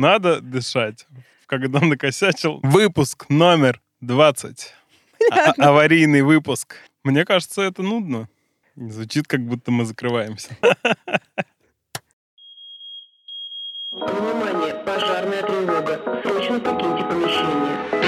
надо дышать. Когда он накосячил. Выпуск номер 20. Аварийный выпуск. Мне кажется, это нудно. Звучит, как будто мы закрываемся. Внимание, пожарная тревога. Срочно покиньте помещение.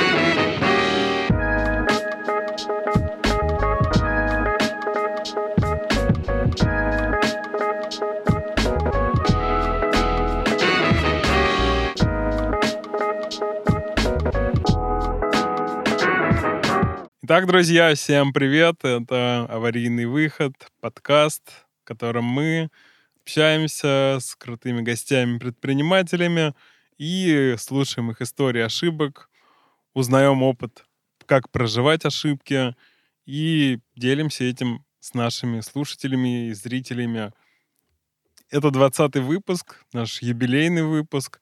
Итак, друзья, всем привет. Это «Аварийный выход», подкаст, в котором мы общаемся с крутыми гостями-предпринимателями и слушаем их истории ошибок, узнаем опыт, как проживать ошибки и делимся этим с нашими слушателями и зрителями. Это 20-й выпуск, наш юбилейный выпуск.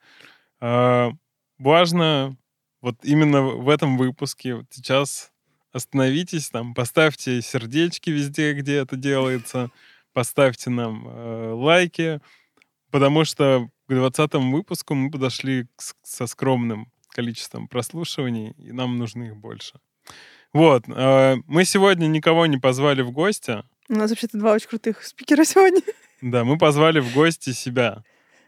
Важно вот именно в этом выпуске вот сейчас остановитесь, там, поставьте сердечки везде, где это делается, поставьте нам лайки, потому что к 20-му выпуску мы подошли со скромным количеством прослушиваний, и нам нужны их больше. Вот. Мы сегодня никого не позвали в гости. У нас вообще-то 2 очень крутых спикера сегодня. Да, мы позвали в гости себя.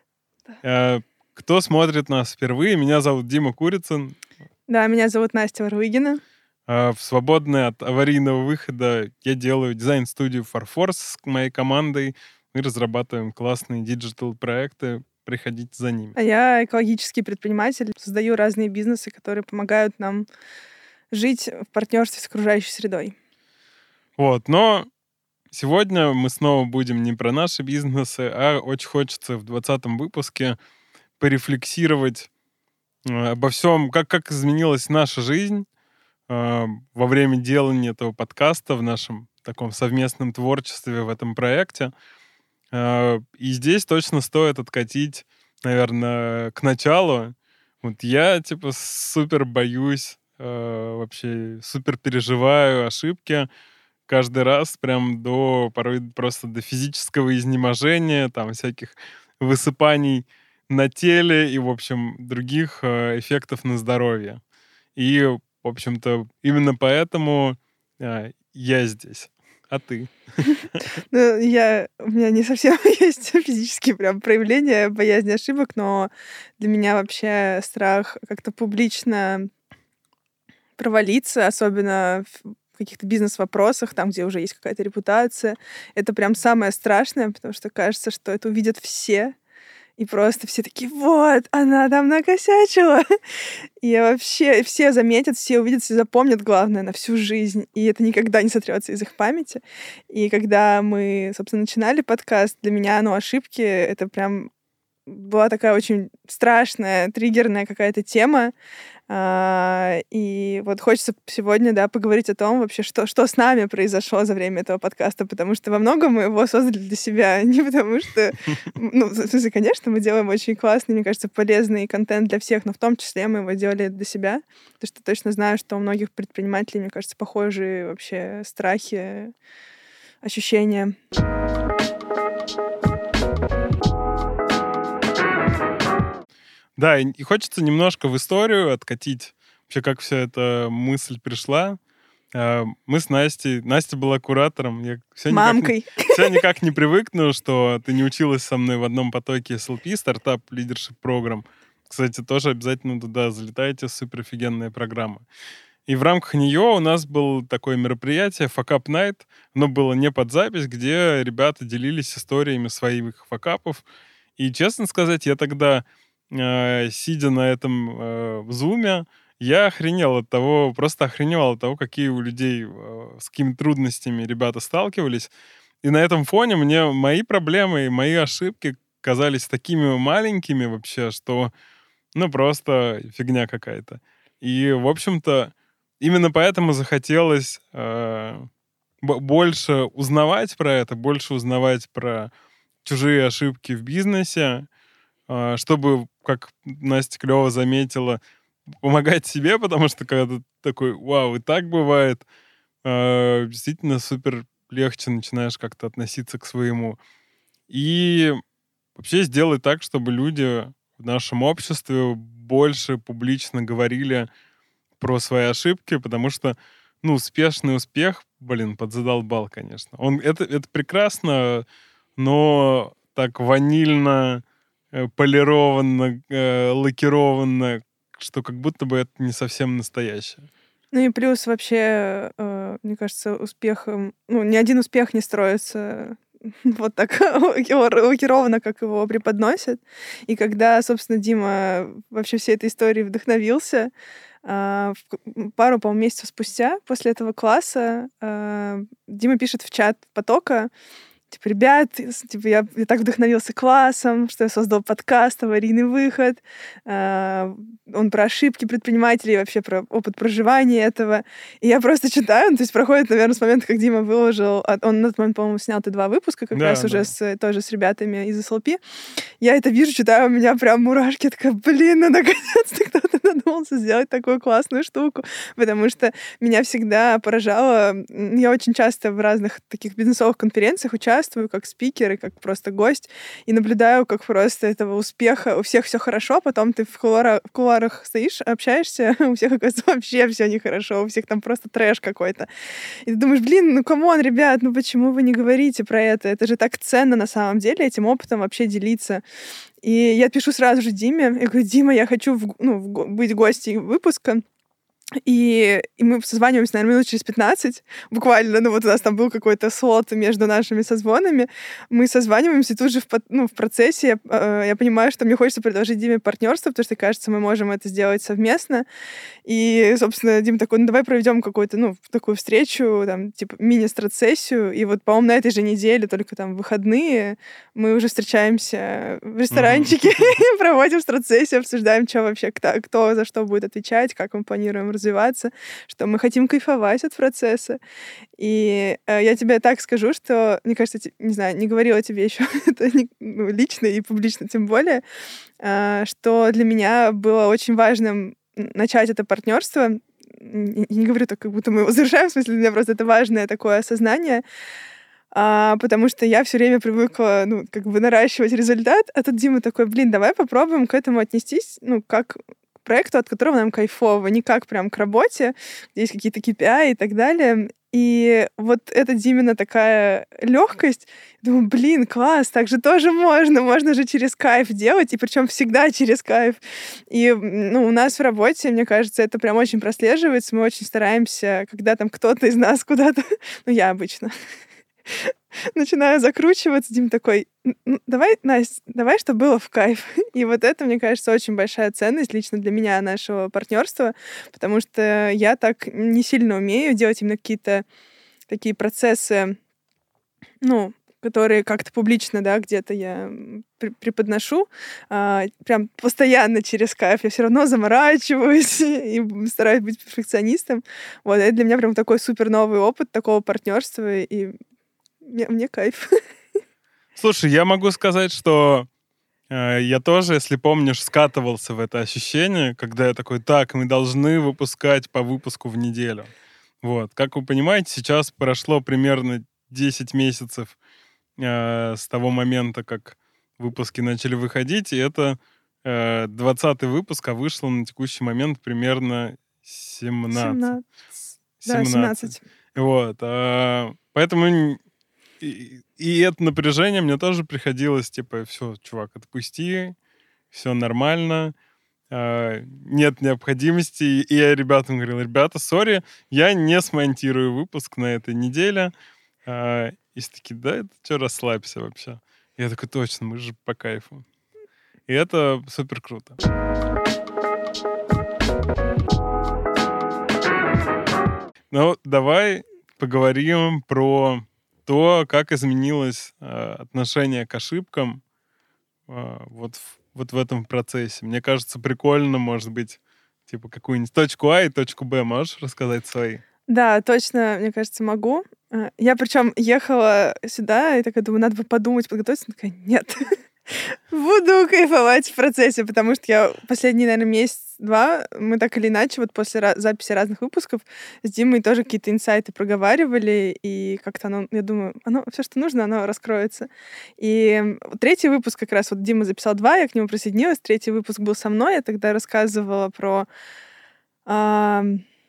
Кто смотрит нас впервые, меня зовут Дима Курицын. Да, меня зовут Настя Варвыгина. В свободное от аварийного выхода я делаю дизайн-студию Farforce с моей командой. Мы разрабатываем классные диджитал-проекты. Приходите за ними. А я экологический предприниматель. Создаю разные бизнесы, которые помогают нам жить в партнерстве с окружающей средой. Вот, но сегодня мы снова будем не про наши бизнесы, а очень хочется в 20-м выпуске порефлексировать обо всем, как изменилась наша жизнь во время делания этого подкаста в нашем таком совместном творчестве в этом проекте. И здесь точно стоит откатить, наверное, к началу. Вот я, супер боюсь, вообще супер переживаю ошибки каждый раз, прям порой просто до физического изнеможения, там, всяких высыпаний на теле и, в общем, других эффектов на здоровье. И, в общем-то, именно поэтому я здесь. А ты? У меня не совсем есть физические прям проявления боязни ошибок, но для меня вообще страх как-то публично провалиться, особенно в каких-то бизнес-вопросах, там, где уже есть какая-то репутация, это прям самое страшное, потому что кажется, что это увидят все, и просто все такие: вот, она там накосячила. И вообще все заметят, все увидят, все запомнят, главное, на всю жизнь. И это никогда не сотрется из их памяти. И когда мы, собственно, начинали подкаст, для меня, ошибки — это прям была такая очень страшная, триггерная какая-то тема. И вот хочется сегодня, поговорить о том вообще, что с нами произошло за время этого подкаста, потому что во многом мы его создали для себя, не потому что... в смысле, конечно, мы делаем очень классный, мне кажется, полезный контент для всех, но в том числе мы его делали для себя, потому что точно знаю, что у многих предпринимателей, мне кажется, похожие вообще страхи, ощущения. Да, и хочется немножко в историю откатить, вообще, как вся эта мысль пришла. Мы с Настей... Настя была куратором. Я Мамкой. Все никак не привыкну, что ты не училась со мной в одном потоке SLP, Startup Leadership Program. Кстати, тоже обязательно туда залетайте, супер офигенная программа. И в рамках нее у нас было такое мероприятие Fuck Up Night. Оно было не под запись, где ребята делились историями своих факапов. И, честно сказать, я тогда... сидя на этом зуме, я просто охреневал от того, какие у людей, с какими трудностями ребята сталкивались. И на этом фоне мне мои проблемы и мои ошибки казались такими маленькими вообще, что, просто фигня какая-то. И, в общем-то, именно поэтому захотелось больше узнавать про это, больше узнавать про чужие ошибки в бизнесе, чтобы, как Настя клево заметила, помогать себе, потому что когда ты такой: вау, и так бывает, действительно супер легче начинаешь как-то относиться к своему. И вообще сделать так, чтобы люди в нашем обществе больше публично говорили про свои ошибки, потому что, успешный успех, подзадолбал, конечно. Это прекрасно, но так ванильно, полированно, лакированно, что как будто бы это не совсем настоящее. Ну и плюс вообще, мне кажется, успехом... ни один успех не строится вот так лакированно, как его преподносят. И когда, собственно, Дима вообще всей этой историей вдохновился, пару, по-моему, месяцев спустя после этого класса Дима пишет в чат потока, типа, ребят, я так вдохновился классом, что я создал подкаст «Аварийный выход». Он про ошибки предпринимателей, вообще про опыт проживания этого. И я просто читаю, то есть проходит, наверное, с момента, как Дима выложил... Он на тот момент, по-моему, снял 2 выпуска, как раз уже тоже с ребятами из SLP. Я это вижу, читаю, у меня прям мурашки. Я такая, наконец-то кто-то додумался сделать такую классную штуку. Потому что меня всегда поражало... Я очень часто в разных таких бизнесовых конференциях участвую, как спикер и как просто гость, и наблюдаю, как просто этого успеха, у всех все хорошо, потом ты в кулуарах стоишь, общаешься, у всех, оказывается, вообще все нехорошо, у всех там просто трэш какой-то. И ты думаешь, камон, ребят, почему вы не говорите про это? Это же так ценно на самом деле, этим опытом вообще делиться. И я пишу сразу же Диме, я говорю, Дима, я хочу быть гостьей выпуска. И мы созваниваемся, наверное, минут через 15. Буквально, у нас там был какой-то слот между нашими созвонами. Мы созваниваемся, и тут же в процессе я понимаю, что мне хочется предложить Диме партнерство, потому что, кажется, мы можем это сделать совместно. И, собственно, Дима такой, давай проведем какую-то, такую встречу, там, типа, мини-страт-сессию. И вот, по-моему, на этой же неделе, только там в выходные, мы уже встречаемся в ресторанчике, проводим страт-сессию, обсуждаем, что вообще, кто за что будет отвечать, как мы планируем развиваться, что мы хотим кайфовать от процесса. И я тебе так скажу, что, мне кажется, не знаю, не говорила тебе еще это лично и публично тем более, что для меня было очень важным начать это партнерство. Не говорю так, как будто мы его завершаем, в смысле, для меня просто это важное такое осознание, потому что я все время привыкла, наращивать результат, а тут Дима такой, давай попробуем к этому отнестись, как к проекту, от которого нам кайфово, не как прям к работе, где есть какие-то KPI и так далее. И вот это Димина такая легкость. Думаю, класс, так же тоже можно же через кайф делать, и причем всегда через кайф. И у нас в работе, мне кажется, это прям очень прослеживается. Мы очень стараемся, когда там кто-то из нас куда-то, я обычно начинаю закручиваться, Дим такой, давай, Настя, давай, чтобы было в кайф. И вот это, мне кажется, очень большая ценность лично для меня нашего партнерства, потому что я так не сильно умею делать именно какие-то такие процессы, которые как-то публично, да, где-то я преподношу, прям постоянно через кайф. Я все равно заморачиваюсь и стараюсь быть перфекционистом. Вот, это для меня прям такой супер новый опыт такого партнерства, и мне кайф. Слушай, я могу сказать, что я тоже, если помнишь, скатывался в это ощущение, когда я такой, мы должны выпускать по выпуску в неделю. Вот. Как вы понимаете, сейчас прошло примерно 10 месяцев с того момента, как выпуски начали выходить, и это 20-й выпуск, а вышло на текущий момент примерно 17. 17. Вот. Поэтому и это напряжение мне тоже приходилось, типа, все, чувак, отпусти, все нормально, нет необходимости. И я ребятам говорил, ребята, сори, я не смонтирую выпуск на этой неделе. И все таки, это что, расслабься вообще. Я такой, точно, мы же по кайфу. И это супер круто. Давай поговорим про то, как изменилось отношение к ошибкам вот в этом процессе. Мне кажется, прикольно, может быть, типа какую-нибудь точку А и точку Б можешь рассказать свои? Да, точно, мне кажется, могу. Я причем ехала сюда и такая думаю, надо бы подумать, подготовиться. Такая, нет. Буду кайфовать в процессе, потому что я последний, наверное, месяц-два, мы так или иначе вот после записи разных выпусков с Димой тоже какие-то инсайты проговаривали, и как-то оно, я думаю, все, что нужно, оно раскроется. И третий выпуск как раз вот Дима записал 2, я к нему присоединилась, третий выпуск был со мной, я тогда рассказывала про... Я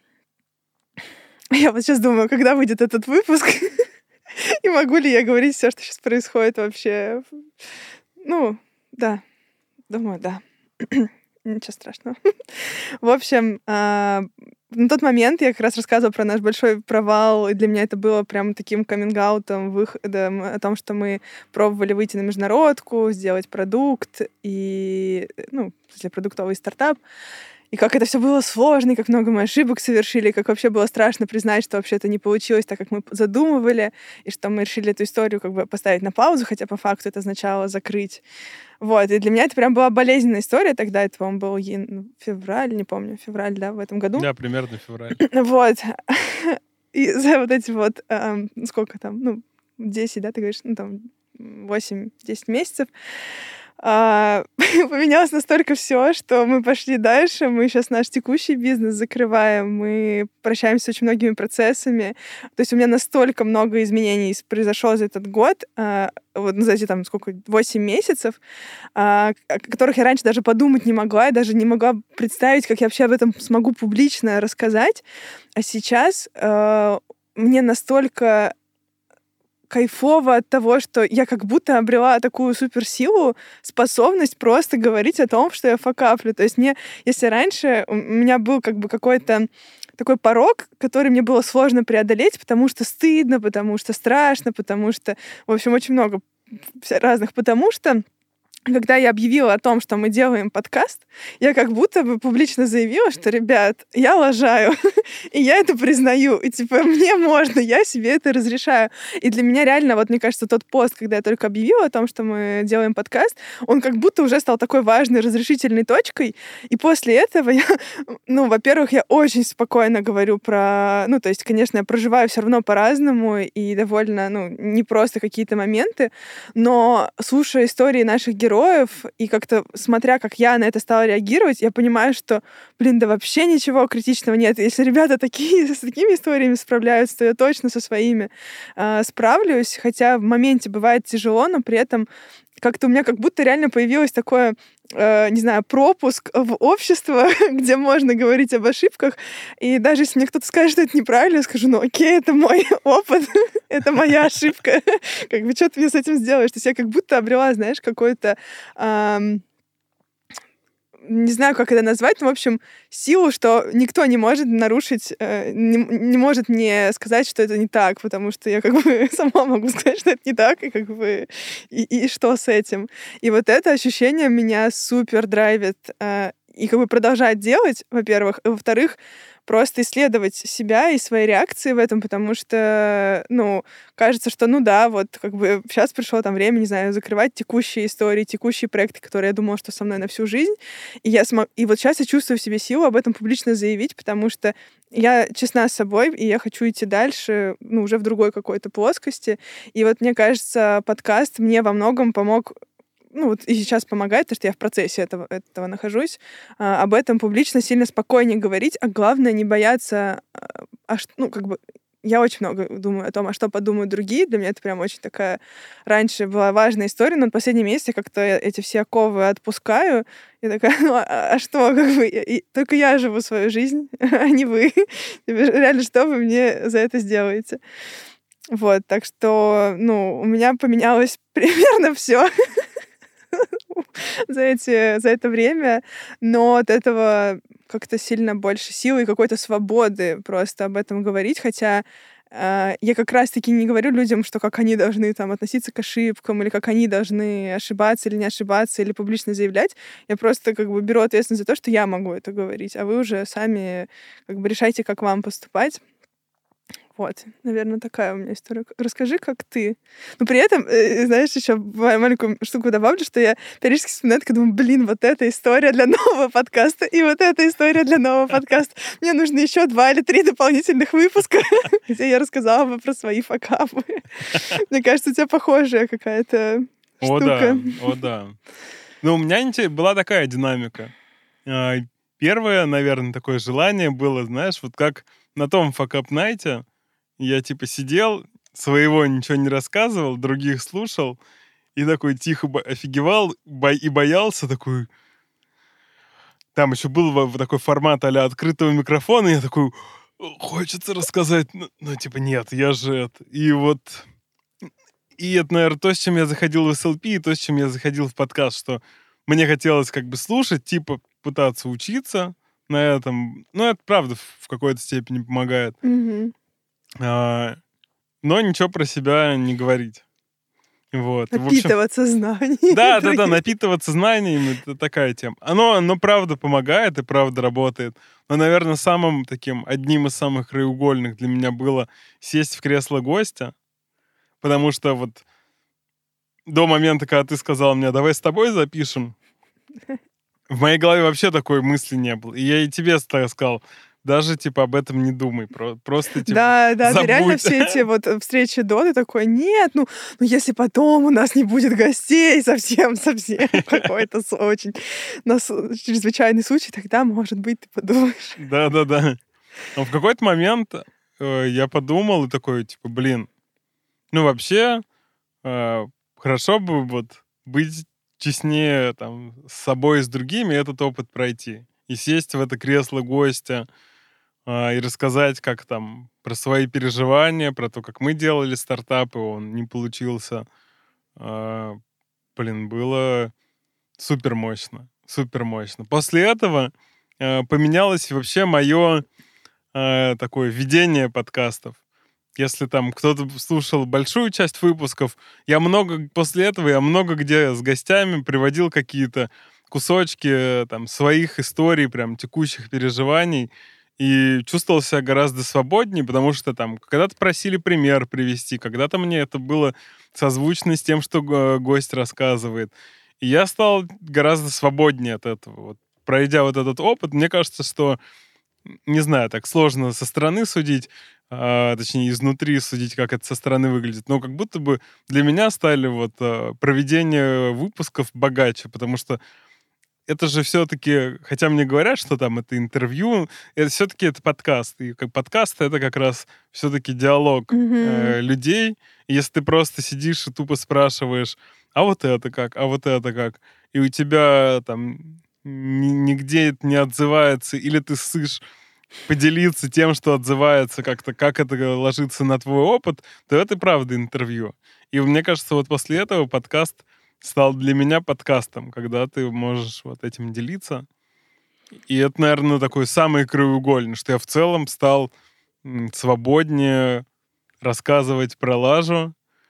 вот сейчас думаю, когда выйдет этот выпуск, и могу ли я говорить все, что сейчас происходит вообще. Ну, да. Думаю, да. Ничего страшного. В общем, на тот момент я как раз рассказывала про наш большой провал, и для меня это было прям таким каминг-аутом, выходом о том, что мы пробовали выйти на международку, сделать продукт, и, ну, в смысле, продуктовый стартап. И как это все было сложно, и как много мы ошибок совершили, и как вообще было страшно признать, что вообще это не получилось так, как мы задумывали, и что мы решили эту историю как бы поставить на паузу, хотя по факту это означало закрыть. Вот, и для меня это прям была болезненная история. Тогда это, по-моему, был февраль, не помню, февраль, да, в этом году. Да, примерно февраль. Вот. И за вот эти вот, сколько там, 10, да, ты говоришь, 8-10 месяцев, поменялось настолько все, что мы пошли дальше, мы сейчас наш текущий бизнес закрываем, мы прощаемся с очень многими процессами. То есть у меня настолько много изменений произошло за этот год, вот за эти 8 месяцев, о которых я раньше даже подумать не могла, я даже не могла представить, как я вообще об этом смогу публично рассказать. А сейчас мне настолько кайфово от того, что я как будто обрела такую суперсилу, способность просто говорить о том, что я факаплю. То есть если раньше у меня был как бы какой-то такой порог, который мне было сложно преодолеть, потому что стыдно, потому что страшно, потому что, в общем, очень много разных потому что. Когда я объявила о том, что мы делаем подкаст, я как будто бы публично заявила, что, ребят, я лажаю, и я это признаю, и типа мне можно, я себе это разрешаю. И для меня реально, вот мне кажется, тот пост, когда я только объявила о том, что мы делаем подкаст, он как будто уже стал такой важной разрешительной точкой, и после этого я, во-первых, я очень спокойно говорю про, то есть, конечно, я проживаю все равно по-разному, и довольно, не просто какие-то моменты, но слушая истории наших героев, и как-то смотря, как я на это стала реагировать, я понимаю, что, да вообще ничего критичного нет. Если ребята с такими историями справляются, то я точно со своими справлюсь. Хотя в моменте бывает тяжело, но при этом как-то у меня как будто реально появилось такое, не знаю, пропуск в общество, где можно говорить об ошибках. И даже если мне кто-то скажет, что это неправильно, я скажу, окей, это мой опыт, это моя ошибка. Как бы, что ты мне с этим сделаешь? То есть я как будто обрела, знаешь, какой-то... не знаю, как это назвать, но, в общем, силу, что никто не может нарушить, не может мне сказать, что это не так, потому что я как бы сама могу сказать, что это не так, и как бы и что с этим. И вот это ощущение меня супер драйвит, и как бы продолжать делать, во-первых, и во-вторых, просто исследовать себя и свои реакции в этом, потому что, кажется, что, вот как бы сейчас пришло там время, не знаю, закрывать текущие истории, текущие проекты, которые я думала, что со мной на всю жизнь. И вот сейчас я чувствую в себе силу об этом публично заявить, потому что я честна с собой, и я хочу идти дальше, уже в другой какой-то плоскости. И вот мне кажется, подкаст мне во многом помог, и сейчас помогает, потому что я в процессе этого нахожусь, об этом публично сильно спокойнее говорить, а главное не бояться, я очень много думаю о том, а что подумают другие. Для меня это прям очень такая раньше была важная история, но в последние месяцы как-то эти все оковы отпускаю. Я такая, а что, как бы, только я живу свою жизнь, а не вы. Реально, что вы мне за это сделаете? Вот, так что, у меня поменялось примерно все за это время, но от этого как-то сильно больше силы и какой-то свободы просто об этом говорить, хотя я как раз-таки не говорю людям, что как они должны там относиться к ошибкам, или как они должны ошибаться или не ошибаться, или публично заявлять. Я просто как бы беру ответственность за то, что я могу это говорить, а вы уже сами как бы решайте, как вам поступать. Вот, наверное, такая у меня история. Расскажи, как ты. Но при этом, знаешь, еще маленькую штуку добавлю, что я периодически вспоминаю, когда думаю, вот эта история для нового подкаста, и вот эта история для нового подкаста. Мне нужно еще 2 или 3 дополнительных выпуска, где я рассказала бы про свои факапы. Мне кажется, у тебя похожая какая-то О, штука. да, о, да. Ну, у меня была такая динамика. А, Первое, наверное, такое желание было, знаешь, вот как на том Fuck Up Night'е я, типа, сидел, своего ничего не рассказывал, других слушал, и такой тихо офигевал и боялся такой... Там еще был такой формат а-ля открытого микрофона, и я такой, хочется рассказать, но типа, нет, я же это... И вот... И это, наверное, то, с чем я заходил в SLP, и то, с чем я заходил в подкаст, что мне хотелось как бы слушать, типа пытаться учиться на этом. Ну, это правда в какой-то степени помогает. Мгм. А, Но ничего про себя не говорить. Вот. В общем, Напитываться знанием. да, других. напитываться знаниями — это такая тема. Оно правда помогает и правда работает. Но, наверное, одним из самых краеугольных для меня было сесть в кресло гостя, потому что вот до момента, когда ты сказал мне, давай с тобой запишем, в моей голове вообще такой мысли не было. И я и тебе сказал, даже, типа, об этом не думай. Просто, типа, Да, ты реально забудь. все эти вот встречи до, ты такой, нет, ну если потом у нас не будет гостей совсем какой-то очень чрезвычайный случай, тогда, может быть, ты подумаешь. Да. Но в какой-то момент я подумал и такой, типа, блин, ну, вообще, хорошо бы вот быть честнее там с собой и с другими, этот опыт пройти. И сесть в это кресло гостя, и рассказать, как там, про свои переживания, про то, как мы делали стартапы, он не получился. А, Было супер мощно, супер мощно. После этого поменялось вообще мое такое ведение подкастов. Если там кто-то слушал большую часть выпусков, после этого я много где с гостями приводил какие-то кусочки там своих историй, прям текущих переживаний, и чувствовал себя гораздо свободнее, потому что там когда-то просили пример привести, когда-то мне это было созвучно с тем, что гость рассказывает. И я стал гораздо свободнее от этого. Вот, пройдя вот этот опыт, мне кажется, что, не знаю, так сложно со стороны судить, точнее, изнутри судить, как это со стороны выглядит, но как будто бы для меня стали проведение выпусков богаче, потому что это же все-таки, хотя мне говорят, что там это интервью, это все-таки это подкаст. И как подкаст это как раз все-таки диалог Мгм. людей. И если ты просто сидишь и тупо спрашиваешь, а вот это как, а вот это как, и у тебя там нигде это не отзывается, или ты ссышь поделиться тем, что отзывается как-то, как это ложится на твой опыт, то это правда интервью. И мне кажется, вот после этого подкаст стал для меня подкастом, когда ты можешь вот этим делиться. И это, наверное, такой самый краеугольный, что я в целом стал свободнее рассказывать про лажу,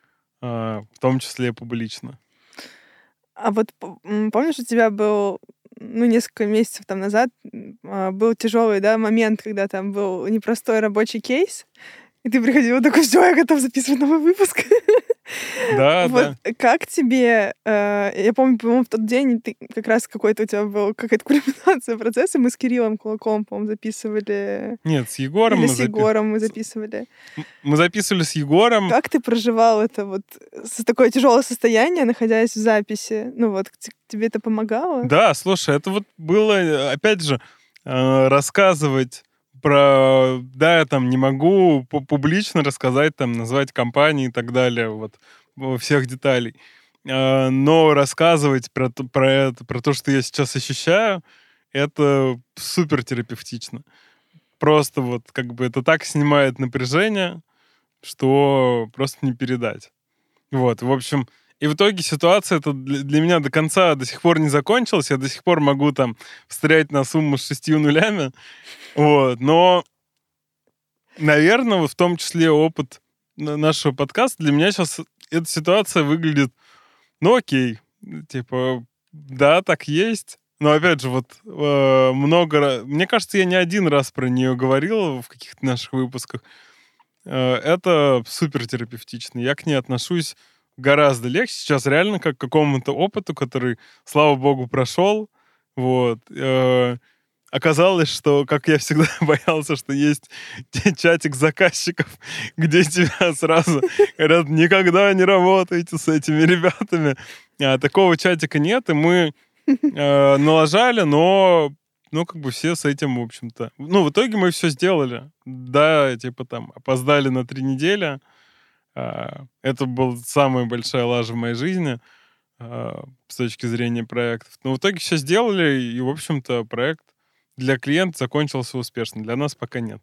в том числе и публично. А вот помнишь, у тебя был, ну, несколько месяцев там назад был тяжелый, да, момент, когда там был непростой рабочий кейс, и ты приходил такой, все, я готов записывать новый выпуск. Да, Вот да. как тебе... Я помню, по-моему, в тот день ты как раз какой-то у тебя был какая-то кульминация процесса. Мы с Кириллом Кулаком, по-моему, записывали. Нет, с Егором Или с Егором мы записывали. Мы записывали с Егором. Как ты проживал это вот такое тяжелое состояние, находясь в записи? Ну вот, тебе это помогало? Да, слушай, это вот было, опять же, рассказывать про... Да, я там не могу публично рассказать, там, назвать компании и так далее, вот, всех деталей. Но рассказывать про то, что я сейчас ощущаю, это супер терапевтично. Просто вот как бы это так снимает напряжение, что просто не передать. Вот, в общем, и в итоге ситуация это для меня до конца до сих пор не закончилась. Я до сих пор могу там встрять на сумму с 6 нулями. Вот, но, наверное, вот в том числе опыт нашего подкаста для меня сейчас эта ситуация выглядит, ну окей, типа, да, так есть. Но опять же, вот мне кажется, я не один раз про нее говорил в каких-то наших выпусках. Это супер терапевтично. Я к ней отношусь гораздо легче. Сейчас реально как к какому-то опыту, который, слава богу, прошел. Вот. оказалось, что, как я всегда боялся, что есть чатик заказчиков, где тебя сразу говорят, никогда не работайте с этими ребятами. Такого чатика нет, и мы налажали, но как бы все с этим, в общем-то... в итоге мы все сделали. Да, типа там опоздали на 3 недели. Это была самая большая лажа в моей жизни с точки зрения проектов. Но в итоге все сделали, и, в общем-то, проект для клиента закончился успешно. Для нас пока нет.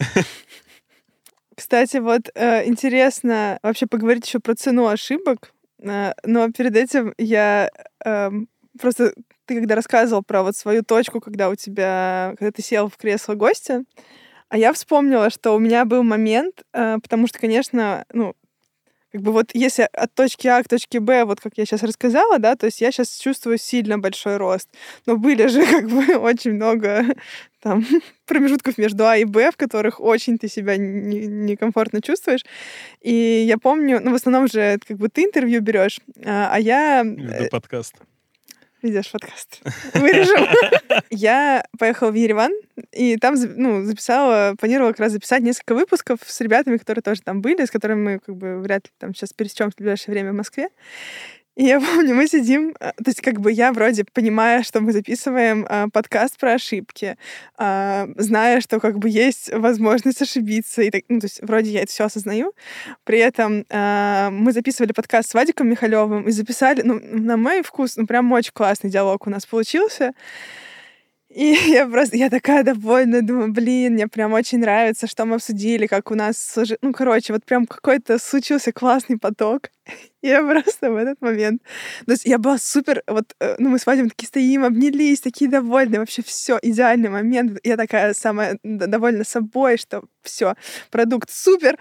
Кстати, вот интересно вообще поговорить еще про цену ошибок, но перед этим я просто... Ты когда рассказывал про вот свою точку, когда ты сел в кресло гостя, а я вспомнила, что у меня был момент, потому что, конечно, как бы вот если от точки А к точке Б, вот как я сейчас рассказала, да, то есть я сейчас чувствую сильно большой рост. Но были же как бы очень много там промежутков между А и Б, в которых очень ты себя некомфортно чувствуешь. И я помню, в основном же это как бы ты интервью берешь, а я... Веду подкаст. Ведешь подкаст. Вырежем. Я поехала в Ереван, и там планировала как раз записать несколько выпусков с ребятами, которые тоже там были, с которыми мы как бы вряд ли там сейчас пересечемся в ближайшее время в Москве. И я помню, мы сидим, то есть как бы я вроде понимая, что мы записываем подкаст про ошибки, зная, что как бы есть возможность ошибиться, и так, то есть вроде я это все осознаю. При этом мы записывали подкаст с Вадиком Михалевым и записали, на мой вкус, прям очень классный диалог у нас получился. И я такая довольна, думаю, мне прям очень нравится, что мы обсудили, как у нас... вот прям какой-то случился классный поток. Я просто в этот момент... То есть я была супер... мы с Вадимом такие стоим, обнялись, такие довольные. Вообще все идеальный момент. Я такая самая довольна собой, что все продукт супер.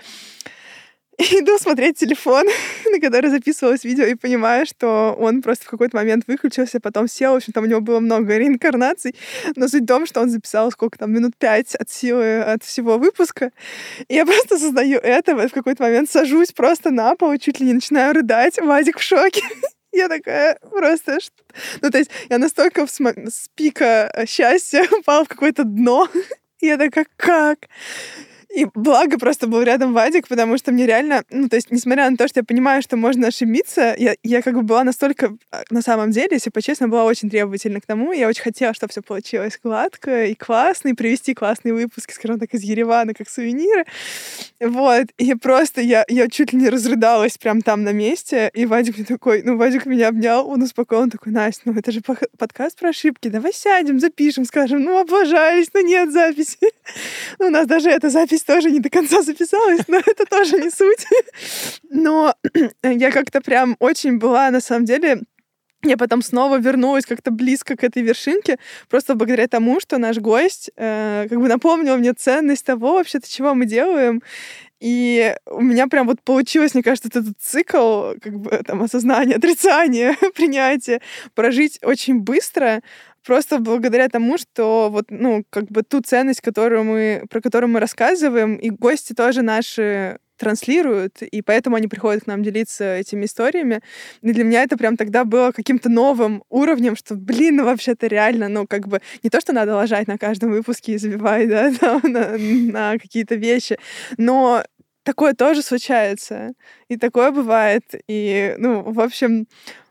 Иду смотреть телефон, на который записывалось видео, и понимаю, что он просто в какой-то момент выключился, потом сел. В общем, там у него было много реинкарнаций. Но суть в том, что он записал минут 5 от силы от всего выпуска. И я просто создаю это, в какой-то момент сажусь просто на пол, чуть ли не начинаю рыдать. Вадик в шоке. Я такая просто... то есть я настолько с пика счастья упала в какое-то дно. Я такая, как? И благо просто был рядом Вадик, потому что мне реально, то есть, несмотря на то, что я понимаю, что можно ошибиться, я как бы была настолько, на самом деле, если по-честному, была очень требовательна к тому, я очень хотела, чтобы все получилось гладко и классно, и привести классные выпуски, скажем так, из Еревана, как сувениры. Вот. И просто я чуть ли не разрыдалась прям там на месте, и Вадик мне такой, Вадик меня обнял, он успокоил, он такой, Настя, это же подкаст про ошибки, давай сядем, запишем, скажем, облажались, нет записи. У нас даже эта запись тоже не до конца записалась, но это тоже не суть. Но я как-то прям очень была, на самом деле, я потом снова вернулась как-то близко к этой вершинке, просто благодаря тому, что наш гость как бы напомнил мне ценность того вообще-то, чего мы делаем. И у меня прям вот получилось, мне кажется, этот цикл как бы там осознания, отрицания, принятия прожить очень быстро, просто благодаря тому, что вот, как бы ту ценность, про которую мы рассказываем, и гости тоже наши транслируют, и поэтому они приходят к нам делиться этими историями. И для меня это прям тогда было каким-то новым уровнем, что, вообще-то реально, как бы не то, что надо ложать на каждом выпуске и забивать, да, там, на какие-то вещи, но такое тоже случается, и такое бывает, и, в общем,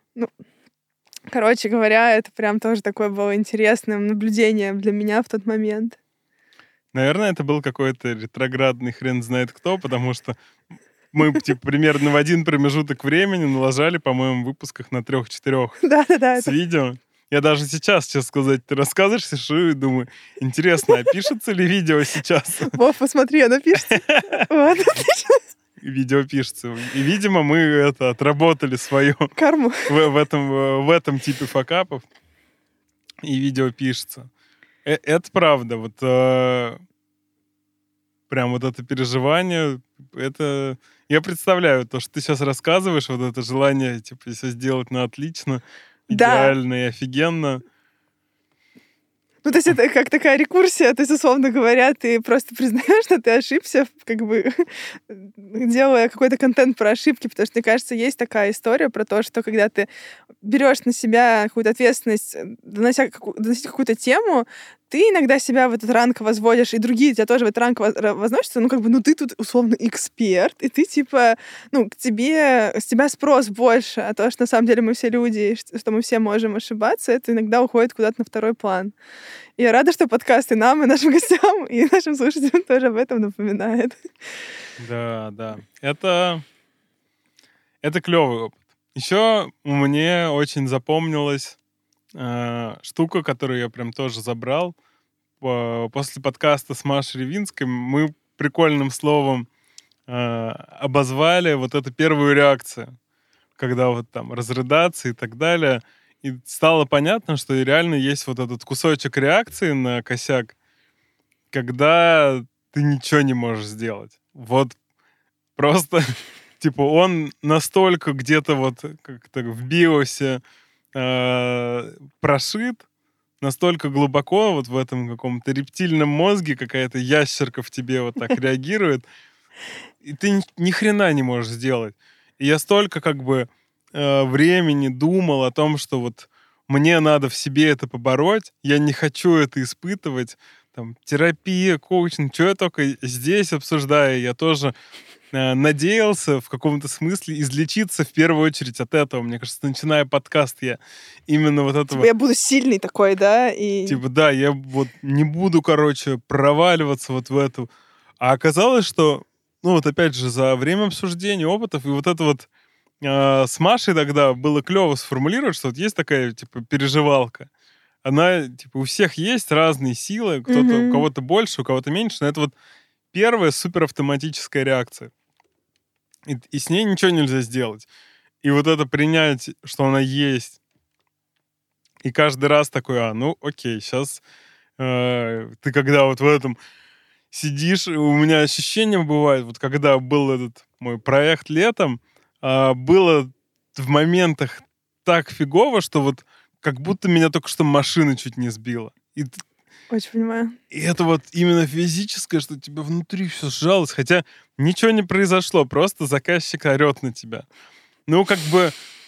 короче говоря, это прям тоже такое было интересным наблюдением для меня в тот момент. Наверное, это был какой-то ретроградный хрен знает кто, потому что мы примерно в один промежуток времени налажали, по-моему, в выпусках на 3-4 с видео. Я даже сейчас, честно сказать, ты рассказываешь, сижу и думаю, интересно, а пишется ли видео сейчас? Вов, посмотри, оно пишется. Вот, отлично. Видео пишется. И, видимо, мы отработали свою карму в этом типе факапов. И видео пишется. Это правда. Вот прям вот это переживание, это... Я представляю то, что ты сейчас рассказываешь, вот это желание, все сделать на отлично, идеально и офигенно. То есть это как такая рекурсия, то есть, условно говоря, ты просто признаешь, что ты ошибся, как бы делая какой-то контент про ошибки, потому что, мне кажется, есть такая история про то, что когда ты берешь на себя какую-то ответственность, доносить какую-то тему, ты иногда себя в этот ранг возводишь, и другие тебя тоже в этот ранг возносятся, ну, как бы, ну, ты тут, условно, эксперт, и ты, типа, ну, с тебя спрос больше, а то, что на самом деле мы все люди, и что мы все можем ошибаться, это иногда уходит куда-то на второй план. И я рада, что подкаст и нам, и нашим гостям, и нашим слушателям тоже об этом напоминает. Да. Это клевый опыт. Еще мне очень запомнилась штука, которую я прям тоже забрал. После подкаста с Машей Ревинской мы прикольным словом обозвали вот эту первую реакцию, когда вот там разрыдаться и так далее. И стало понятно, что реально есть вот этот кусочек реакции на косяк, когда ты ничего не можешь сделать. Вот просто, типа, он настолько где-то вот как-то в биосе прошит, настолько глубоко вот в этом каком-то рептильном мозге какая-то ящерка в тебе вот так реагирует, и ты ни хрена не можешь сделать. И я столько как бы времени думал о том, что вот мне надо в себе это побороть, я не хочу это испытывать, там, терапия, коучинг, что я только здесь обсуждаю, я тоже надеялся в каком-то смысле излечиться в первую очередь от этого. Мне кажется, начиная подкаст, я именно вот этого... Типа я буду сильный такой, да? И... Типа, да, я вот не буду, короче, проваливаться вот в эту. А оказалось, что, ну вот опять же, за время обсуждения опытов, и вот это вот с Машей тогда было клево сформулировать, что вот есть такая, типа, переживалка. Она, типа, у всех есть разные силы, у кого-то больше, у кого-то меньше, но это вот первая суперавтоматическая реакция. И с ней ничего нельзя сделать. И вот это принять, что она есть, и каждый раз такой, ну окей, сейчас ты когда вот в этом сидишь, у меня ощущение бывает, вот когда был этот мой проект летом, было в моментах так фигово, что вот как будто меня только что машина чуть не сбила. И очень понимаю. И это вот именно физическое, что тебя внутри все сжалось, хотя ничего не произошло, просто заказчик орет на тебя. Ну, как бы,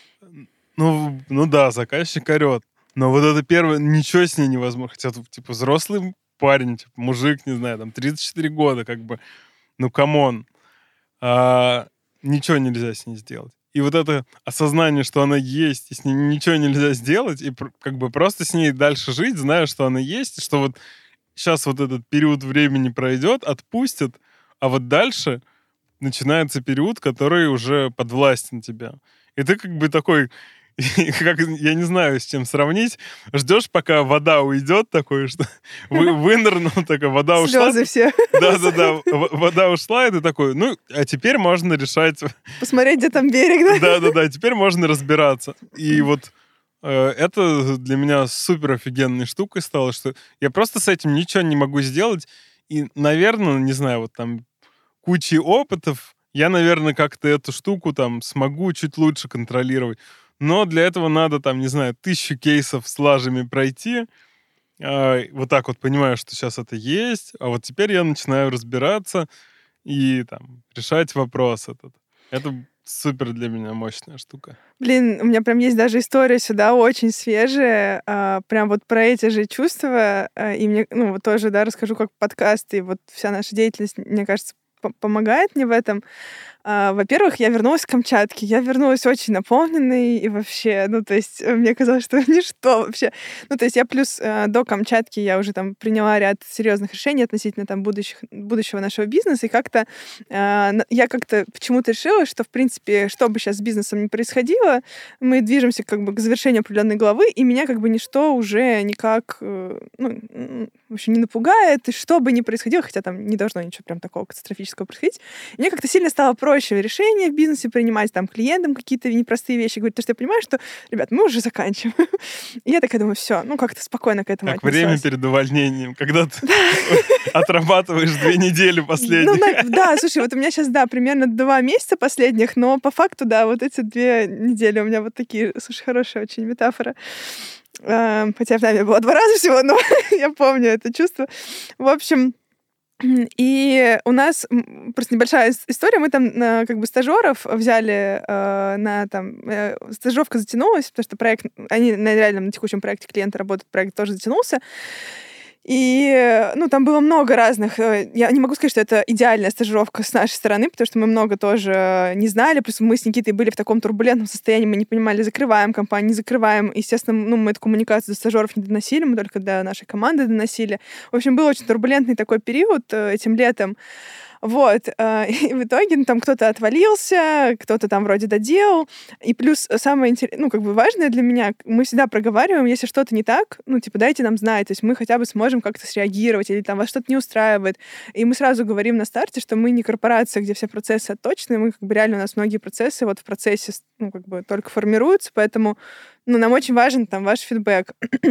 ну да, заказчик орет, но вот это первое, ничего с ней невозможно. Хотя, типа, взрослый парень, типа, мужик, не знаю, там, 34 года, как бы, ну, камон. Ничего нельзя с ней сделать. И вот это осознание, что она есть, и с ней ничего нельзя сделать, и как бы просто с ней дальше жить, зная, что она есть, что вот сейчас вот этот период времени пройдет, отпустят, а вот дальше начинается период, который уже подвластен тебе. И ты как бы такой, как, я не знаю, с чем сравнить, ждешь, пока вода уйдет, такой, что вынырнул, такая, вода ушла. Слезы все. Да, вода ушла, и ты такой, ну, а теперь можно решать. Посмотреть, где там берег, да? Да, теперь можно разбираться. И вот это для меня супер офигенной штукой стало, что я просто с этим ничего не могу сделать. И, наверное, не знаю, вот там кучей опытов, я, наверное, как-то эту штуку там смогу чуть лучше контролировать. Но для этого надо, там, не знаю, 1000 кейсов с лажами пройти. Вот так вот понимаю, что сейчас это есть. А вот теперь я начинаю разбираться и там решать вопрос этот. Это супер для меня мощная штука. Блин, у меня прям есть даже история сюда очень свежая, прям вот про эти же чувства. И мне, ну, вот тоже, да, расскажу как подкаст, и вот вся наша деятельность, мне кажется, помогает мне в этом. Во-первых, я вернулась к Камчатке. Я вернулась очень наполненной и вообще, ну, то есть мне казалось, что ничто вообще. Ну, то есть я плюс до Камчатки я уже там приняла ряд серьезных решений относительно там будущего нашего бизнеса, и как-то я как-то почему-то решила, что, в принципе, что бы сейчас с бизнесом ни происходило, мы движемся как бы к завершению определенной главы, и меня как бы ничто уже никак, ну, вообще не напугает, и что бы ни происходило, хотя там не должно ничего прям такого катастрофического происходить, и мне как-то сильно стало проще решения в бизнесе принимать, там, клиентам какие-то непростые вещи говорить, потому что я понимаю, что, ребят, мы уже заканчиваем. И я такая думаю, все, ну, как-то спокойно к этому отнеслась. Как время перед увольнением, когда ты отрабатываешь 2 недели последних. Да, слушай, вот у меня сейчас, да, примерно 2 месяца последних, но по факту, да, вот эти 2 недели у меня вот такие, слушай, хорошая очень метафора. Хотя в нами было 2 раза всего, но я помню это чувство. В общем, и у нас просто небольшая история. Мы там как бы стажеров взяли на там... Стажировка затянулась, потому что проект... Они на реальном, на текущем проекте клиента работают, проект тоже затянулся. И, ну, там было много разных. Я не могу сказать, что это идеальная стажировка с нашей стороны, потому что мы много тоже не знали. Плюс мы с Никитой были в таком турбулентном состоянии, мы не понимали, закрываем компанию, не закрываем. Естественно, ну, мы эту коммуникацию до стажеров не доносили, мы только до нашей команды доносили. В общем, был очень турбулентный такой период этим летом. Вот. И в итоге, ну, там кто-то отвалился, кто-то там вроде доделал. И плюс самое интересное, ну, как бы важное для меня, мы всегда проговариваем, если что-то не так, ну, типа, дайте нам знать, то есть мы хотя бы сможем как-то среагировать, или там вас что-то не устраивает. И мы сразу говорим на старте, что мы не корпорация, где все процессы отточены, мы как бы реально, у нас многие процессы вот в процессе, ну, как бы только формируются, поэтому, ну, нам очень важен там ваш фидбэк.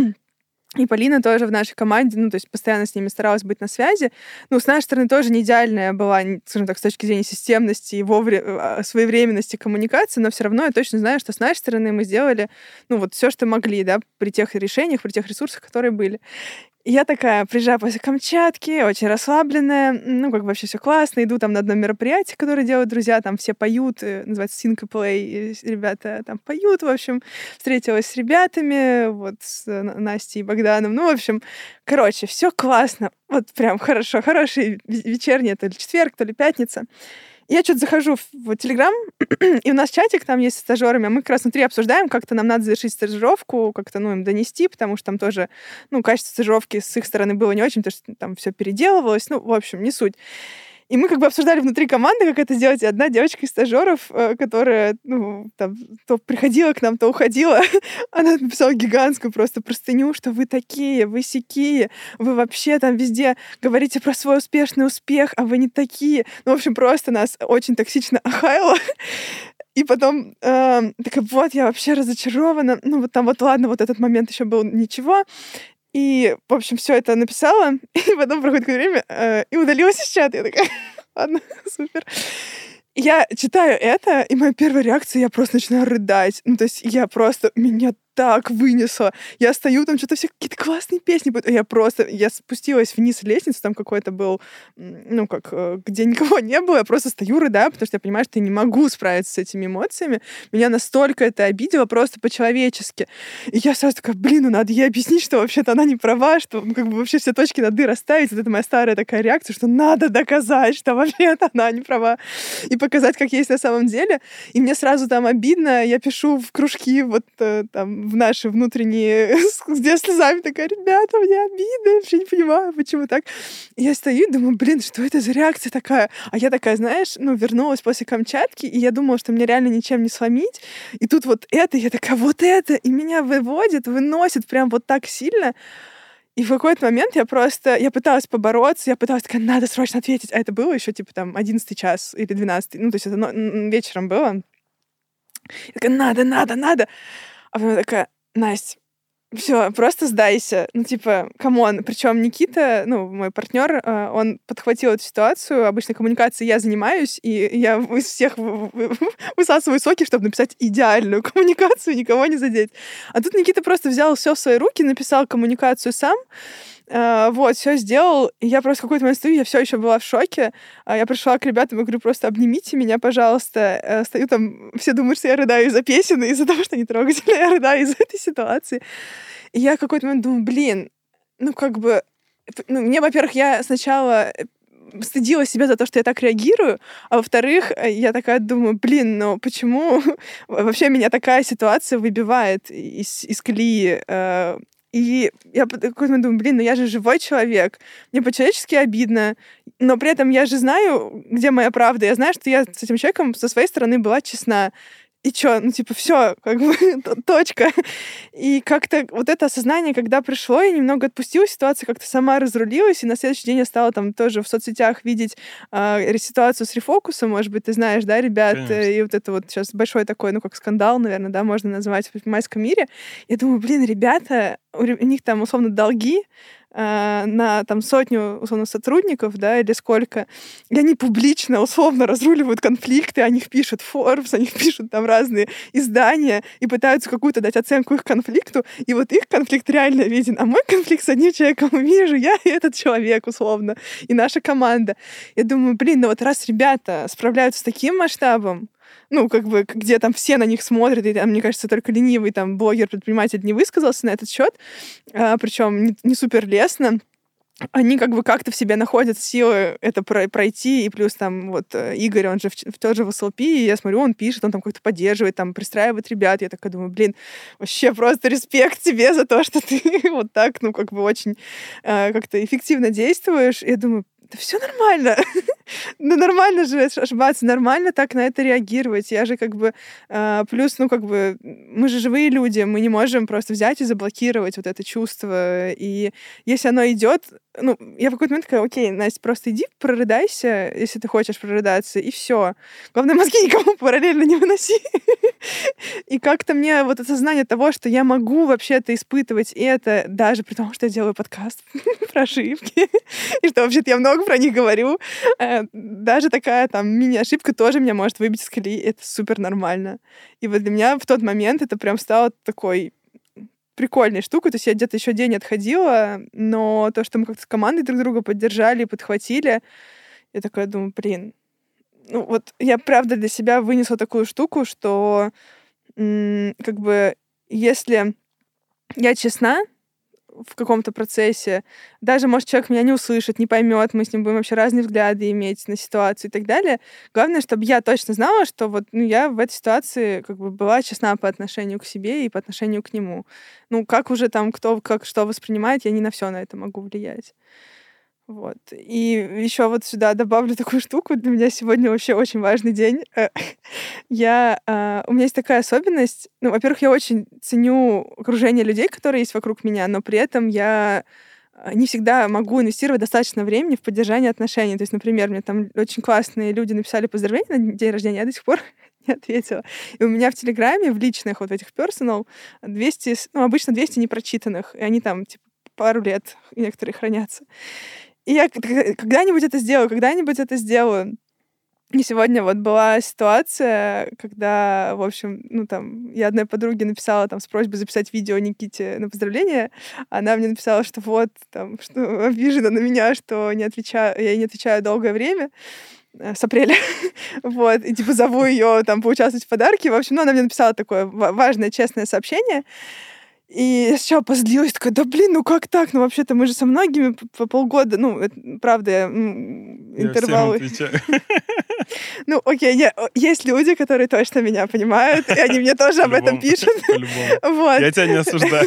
И Полина тоже в нашей команде, ну, то есть постоянно с ними старалась быть на связи. Ну, с нашей стороны тоже не идеальная была, скажем так, с точки зрения системности и своевременности коммуникации, но все равно я точно знаю, что с нашей стороны мы сделали, ну, вот все, что могли, да, при тех решениях, при тех ресурсах, которые были. И я такая приезжаю после Камчатки, очень расслабленная, ну, как бы вообще все классно, иду там на одно мероприятие, которое делают друзья, там все поют, называется Sync Play, ребята там поют, в общем, встретилась с ребятами, вот с Настей и Богданом, ну, в общем, короче, все классно, вот прям хорошо, хороший вечерний, то ли четверг, то ли пятница. Я что-то захожу в Телеграм, и у нас чатик там есть с стажерами, а мы как раз внутри обсуждаем, как-то нам надо завершить стажировку, как-то, ну, им донести, потому что там тоже, ну, качество стажировки с их стороны было не очень, потому что там все переделывалось, ну, в общем, не суть. И мы как бы обсуждали внутри команды, как это сделать. И одна девочка из стажеров, которая, ну, там, то приходила к нам, то уходила, она написала гигантскую просто простыню, что вы такие, вы сякие, вы вообще там везде говорите про свой успешный успех, а вы не такие. Ну, в общем, просто нас очень токсично охаяла. И потом такая, вот, я вообще разочарована. Ну, вот там вот, ладно, вот этот момент еще был ничего. И, в общем, все это написала, и потом проходит какое-то время, и удалилась из чата. Я такая, ладно, супер. Я читаю это, и моя первая реакция, я просто начинаю рыдать. Ну, то есть я просто, меня так вынесло. Я стою, там что-то все какие-то классные песни будут. Я спустилась вниз лестницу, там какой-то был, ну, как, где никого не было. Я просто стою, рыдаю, потому что я понимаю, что я не могу справиться с этими эмоциями. Меня настолько это обидело, просто по-человечески. И я сразу такая, блин, ну надо ей объяснить, что вообще-то она не права, что, ну, как бы вообще все точки над «и» расставить. Вот это моя старая такая реакция, что надо доказать, что вообще-то она не права. И показать, как есть на самом деле. И мне сразу там обидно. Я пишу в кружки вот там в наши внутренние, где слезами такая, ребята, мне обидно, я вообще не понимаю, почему так. И я стою и думаю, блин, что это за реакция такая? А я такая, знаешь, ну, вернулась после Камчатки, и я думала, что мне реально ничем не сломить. И тут вот это, я такая, вот это, и меня выносит прям вот так сильно. И в какой-то момент я пыталась побороться, я пыталась такая, надо срочно ответить. А это было еще, типа, там, 11 час или 12. Ну, то есть это вечером было. Я такая, надо. А потом такая, Настя, все, просто сдайся. Ну, типа, камон. Причем Никита, ну, мой партнер, он подхватил эту ситуацию. Обычно коммуникацией я занимаюсь, и я из всех высасываю соки, чтобы написать идеальную коммуникацию, никого не задеть. А тут Никита просто взял все в свои руки, написал коммуникацию сам. Вот, все сделал. И я просто в какой-то момент стою, я все еще была в шоке. Я пришла к ребятам и говорю, просто обнимите меня, пожалуйста. Стою там, все думают, что я рыдаю из-за песен, из-за того, что они трогательные, я рыдаю из-за этой ситуации. И я в какой-то момент думаю, блин, ну как бы... Ну, мне, во-первых, я сначала стыдила себя за то, что я так реагирую, а во-вторых, я такая думаю, блин, ну почему вообще меня такая ситуация выбивает из колеи? И я в какой-то момент думаю, блин, ну я же живой человек, мне по-человечески обидно, но при этом я же знаю, где моя правда, я знаю, что я с этим человеком со своей стороны была честна. И чё, ну типа все, как бы точка. И как-то вот это осознание, когда пришло, я немного отпустила ситуацию, как-то сама разрулилась, и на следующий день я стала там тоже в соцсетях видеть ситуацию с рефокусом, может быть, ты знаешь, да, ребят, Конечно. и вот это вот сейчас большой такой, ну как скандал, наверное, да, можно назвать в предпринимательском мире. Я думаю, блин, ребята, у них там условно долги, на там 100 условно сотрудников, да, или сколько, и они публично, условно разруливают конфликты, о них пишут Forbes, о них пишут там разные издания и пытаются какую-то дать оценку их конфликту, и вот их конфликт реально виден, а мой конфликт с одним человеком вижу я и этот человек, условно, и наша команда. Я думаю, блин, ну вот раз ребята справляются с таким масштабом, ну, как бы, где там все на них смотрят, и там, мне кажется, только ленивый там блогер-предприниматель не высказался на этот счет, причем не супер лестно. они как бы как-то в себе находят силы это пройти, и плюс там вот Игорь, он же в тот же в СЛП, и я смотрю, он пишет, он там как-то поддерживает, там пристраивает ребят, я такая думаю, блин, вообще просто респект тебе за то, что ты вот так, ну, как бы очень как-то эффективно действуешь, и я думаю, да все нормально. Ну, нормально же ошибаться, нормально так на это реагировать. Я же как бы... плюс, ну, как бы, мы же живые люди, мы не можем просто взять и заблокировать вот это чувство. И если оно идет, ну, я в какой-то момент такая, окей, Настя, просто иди прорыдайся, если ты хочешь прорыдаться, и все. Главное, мозги никому параллельно не выноси. И как-то мне вот осознание того, что я могу вообще-то испытывать это, даже при том, что я делаю подкаст про ошибки, и что вообще-то я много про них говорю, даже такая там мини-ошибка тоже меня может выбить из колеи. Это супер нормально. И вот для меня в тот момент это прям стало такой прикольной штукой. То есть я где-то еще день отходила, но то, что мы как-то с командой друг друга поддержали, подхватили, я такая думаю, блин, ну вот я правда для себя вынесла такую штуку, что как бы если я честна в каком-то процессе, даже, может, человек меня не услышит, не поймет, мы с ним будем вообще разные взгляды иметь на ситуацию и так далее. Главное, чтобы я точно знала, что вот я в этой ситуации как бы была честна по отношению к себе и по отношению к нему. Ну, как уже там кто как что воспринимает, я не на все на это могу влиять. Вот. И еще вот сюда добавлю такую штуку. Для меня сегодня вообще очень важный день. У меня есть такая особенность. Ну, во-первых, я очень ценю окружение людей, которые есть вокруг меня, но при этом я не всегда могу инвестировать достаточно времени в поддержание отношений. То есть, например, мне там очень классные люди написали поздравления на день рождения, я до сих пор не ответила. И у меня в Телеграме, в личных вот этих персонал 200, ну, обычно 200 непрочитанных, и они там, типа, пару лет некоторые хранятся. И я когда-нибудь это сделаю. И сегодня вот была ситуация, когда, в общем, ну там, я одной подруге написала там с просьбой записать видео Никите на поздравление. Она мне написала, что вот, там, что обижена на меня, что я ей не отвечаю долгое время. С апреля. Вот. И типа зову ее там поучаствовать в подарке. В общем, ну, она мне написала такое важное, честное сообщение. И я сначала позлилась, такая, да блин, ну как так? Ну вообще-то мы же со многими по полгода, ну, это, правда, интервалы. Я всем отвечаю. Ну, окей, есть люди, которые точно меня понимают, и они мне тоже об этом пишут. По-любому. Вот. Я тебя не осуждаю.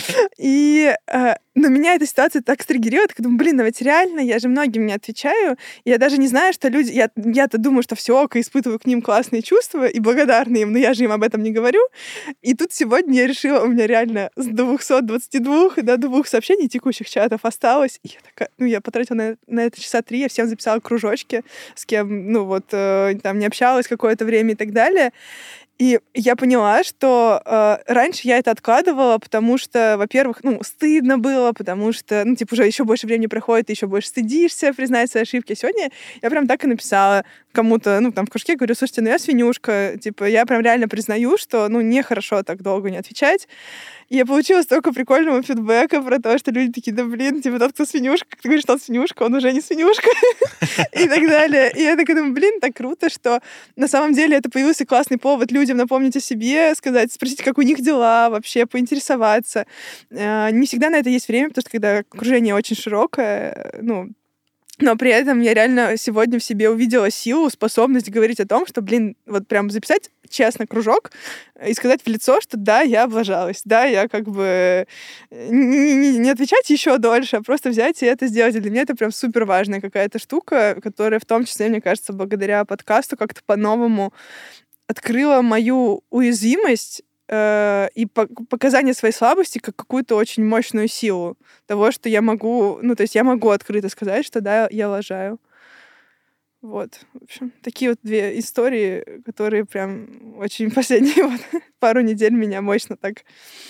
И но меня эта ситуация так стригерила, так думаю, блин, ну ведь реально, я же многим не отвечаю, и я даже не знаю, что люди... Я-то думаю, что все ок, и испытываю к ним классные чувства, и благодарна им, но я же им об этом не говорю. И тут сегодня я решила, у меня реально с 222 до 2 сообщений текущих чатов осталось. И я такая, ну, я потратила на это часа 3, я всем записала кружочки, с кем, ну, вот, там, не общалась какое-то время и так далее. И я поняла, что раньше я это откладывала, потому что, во-первых, ну, стыдно было, потому что, ну, типа, уже еще больше времени проходит, ты еще больше стыдишься признать свои ошибки. А сегодня я прям так и написала кому-то, ну, там, в кружке, говорю, слушайте, ну, я свинюшка, типа, я прям реально признаю, что, ну, нехорошо так долго не отвечать. И я получила столько прикольного фидбэка про то, что люди такие, да, блин, типа, тот, кто свинюшка, как ты говоришь, тот свинюшка, он уже не свинюшка, и так далее. И я такая думаю, блин, так круто, что на самом деле это появился классный повод людям напомнить о себе, сказать, спросить, как у них дела, вообще поинтересоваться. Не всегда на это есть время, потому что когда окружение очень широкое, ну, но при этом я реально сегодня в себе увидела силу, способность говорить о том, что, блин, вот прям записать честно кружок и сказать в лицо, что да, я облажалась, да, я как бы не отвечать еще дольше, а просто взять и это сделать. И для меня это прям супер важная какая-то штука, которая в том числе, мне кажется, благодаря подкасту как-то по-новому открыла мою уязвимость и показание своей слабости как какую-то очень мощную силу того, что я могу, ну, то есть я могу открыто сказать, что да, я лажаю. Вот, в общем, такие вот две истории, которые прям очень последние вот пару недель меня мощно так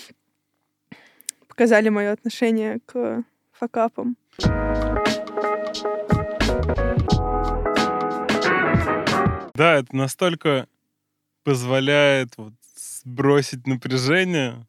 показали мое отношение к факапам. Да, это настолько позволяет вот сбросить напряжение,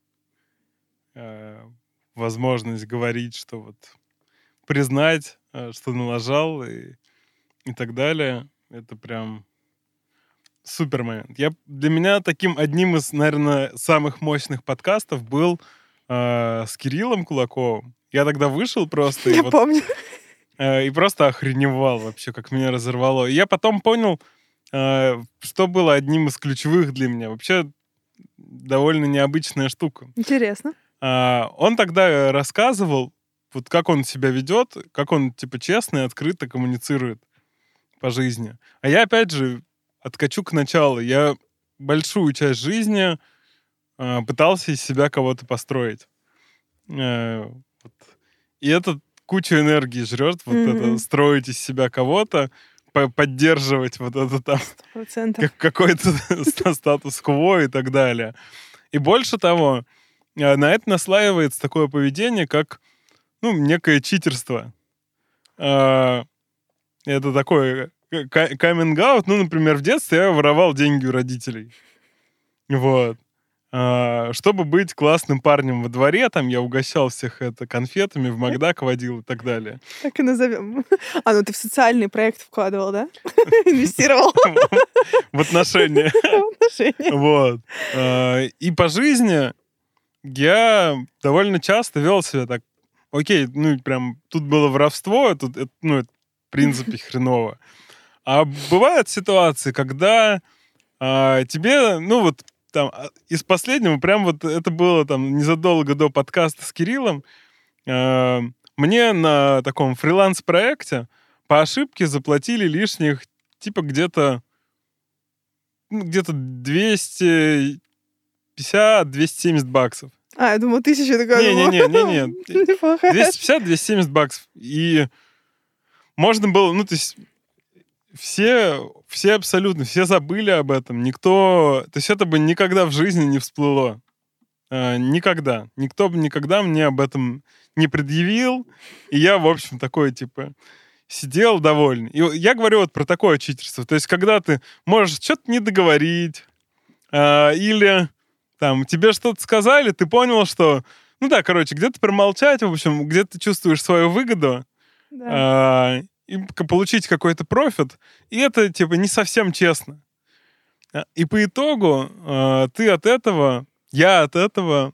возможность говорить, что вот признать, что налажал и так далее. Это прям супер момент. Для меня таким одним из, наверное, самых мощных подкастов был с Кириллом Кулаковым. Я тогда вышел просто Я помню. и просто охреневал вообще, как меня разорвало. И я потом понял, что было одним из ключевых для меня. Вообще довольно необычная штука. Интересно. Он тогда рассказывал, вот как он себя ведет, как он, типа, честно и открыто коммуницирует по жизни. А я, опять же, откачу к началу. Я большую часть жизни пытался из себя кого-то построить. Вот. И это кучу энергии жрет, вот это строить из себя кого-то, поддерживать вот это там 100%. какой-то статус-кво и так далее. И больше того, на это наслаивается такое поведение, как, ну, некое читерство. Это такой каминг-аут. Ну, например, в детстве я воровал деньги у родителей. Вот. Чтобы быть классным парнем во дворе, там я угощал всех это конфетами, в Макдак водил и так далее. Так и назовем. Ну ты в социальный проект вкладывал, да? Инвестировал В отношения. в отношения. Вот. И по жизни я довольно часто вел себя так. Окей, ну прям тут было воровство, тут, ну, это в принципе хреново. А бывают ситуации, когда тебе, ну вот, там, из последнего, прям вот это было там незадолго до подкаста с Кириллом, мне на таком фриланс-проекте по ошибке заплатили лишних, типа, где-то 250-270 баксов. Я думала, 1000 такая. Не-не-не. Неплохая. 250-270 баксов. И можно было, ну, то есть все абсолютно, все забыли об этом. Никто... То есть это бы никогда в жизни не всплыло. Никогда. Никто бы никогда мне об этом не предъявил. И я, в общем, такой, типа, сидел довольный. И я говорю вот про такое читерство. То есть когда ты можешь что-то не договорить, или там тебе что-то сказали, ты понял, что... Ну да, короче, где-то промолчать, в общем, где ты чувствуешь свою выгоду, Да. и получить какой-то профит, и это, типа, не совсем честно. И по итогу ты от этого, я от этого,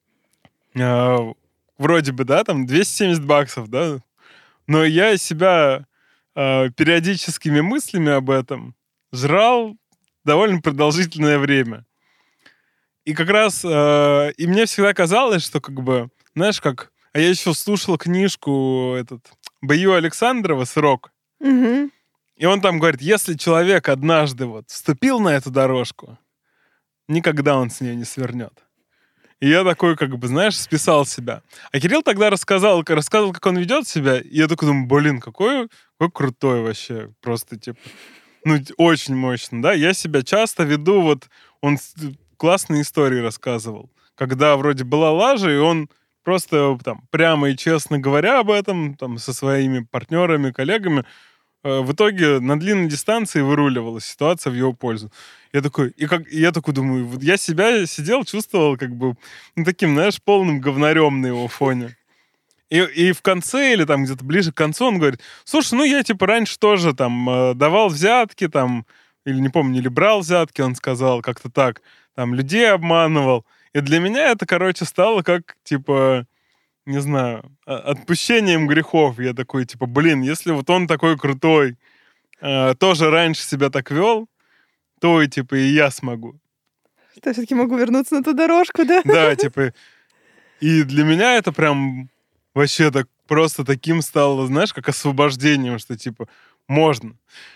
вроде бы, да, там, 270 баксов, да, но я себя периодическими мыслями об этом жрал довольно продолжительное время. И как раз, и мне всегда казалось, что, как бы, знаешь, как... А я еще слушал книжку Баю Александрова «Срок». Мгм. И он там говорит, если человек однажды вот вступил на эту дорожку, никогда он с нее не свернет. И я такой, как бы, знаешь, списал себя. А Кирилл тогда рассказал, как он ведет себя, и я такой думаю, блин, какой крутой вообще. Просто, типа, ну, очень мощно, да? Я себя часто веду, вот, он классные истории рассказывал, когда вроде была лажа, и он просто там прямо и честно говоря об этом, там, со своими партнерами, коллегами, в итоге на длинной дистанции выруливалась ситуация в его пользу. Я такой думаю, вот я себя сидел, чувствовал как бы, ну, таким, знаешь, полным говнарем на его фоне. И в конце, или там где-то ближе к концу, он говорит, слушай, ну я типа раньше тоже там давал взятки, там, или не помню, или брал взятки, он сказал, как-то так, там, людей обманывал. И для меня это, короче, стало как, типа, не знаю, отпущением грехов. Я такой, типа, блин, если вот он такой крутой, тоже раньше себя так вел, то и, типа, и я смогу. Что я все-таки могу вернуться на ту дорожку, да? Да, типа, и для меня это прям вообще так просто таким стало, знаешь, как освобождением, что, типа, можно.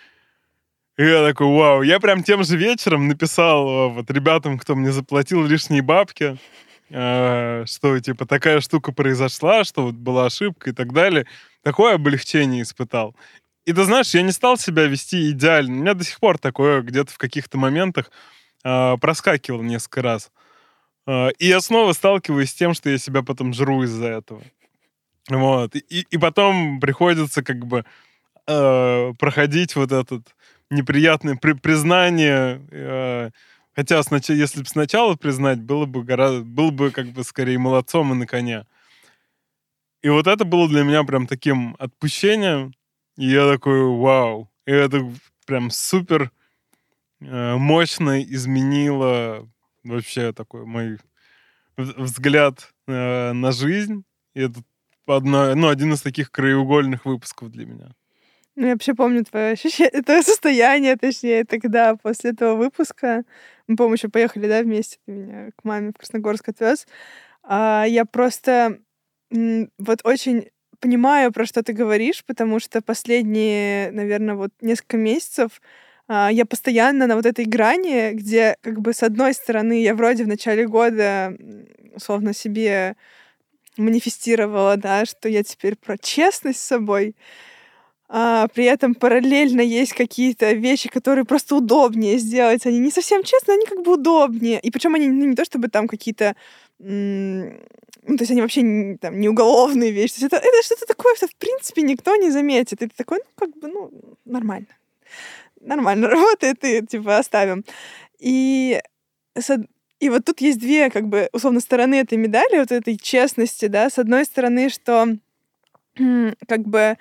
И я такой, вау. Я прям тем же вечером написал вот ребятам, кто мне заплатил лишние бабки, что, типа, такая штука произошла, что вот была ошибка и так далее. Такое облегчение испытал. И ты знаешь, я не стал себя вести идеально. У меня до сих пор такое где-то в каких-то моментах проскакивало несколько раз. И я снова сталкиваюсь с тем, что я себя потом жру из-за этого. Вот. И потом приходится как бы проходить вот этот неприятное признание. Хотя, если бы сначала признать, было бы как бы скорее молодцом и на коне. И вот это было для меня прям таким отпущением. И я такой, вау. И это прям супер мощно изменило вообще такой мой взгляд на жизнь. И это один из таких краеугольных выпусков для меня. Ну, я вообще помню твое ощущение, твое состояние, точнее, тогда, после этого выпуска. Мы, по-моему, еще поехали, да, вместе. Ты меня к маме в Красногорск отвез. Я просто вот очень понимаю, про что ты говоришь, потому что последние, наверное, вот несколько месяцев я постоянно на вот этой грани, где как бы с одной стороны я вроде в начале года условно себе манифестировала, да, что я теперь про честность с собой, при этом параллельно есть какие-то вещи, которые просто удобнее сделать. Они не совсем честные, они как бы удобнее. И причем они не то чтобы там какие-то... то есть они вообще не уголовные вещи. То есть это что-то такое, что в принципе никто не заметит. И ты такой, нормально. Нормально работает, и типа оставим. И вот тут есть две, как бы, условно, стороны этой медали, вот этой честности, да. С одной стороны, что как бы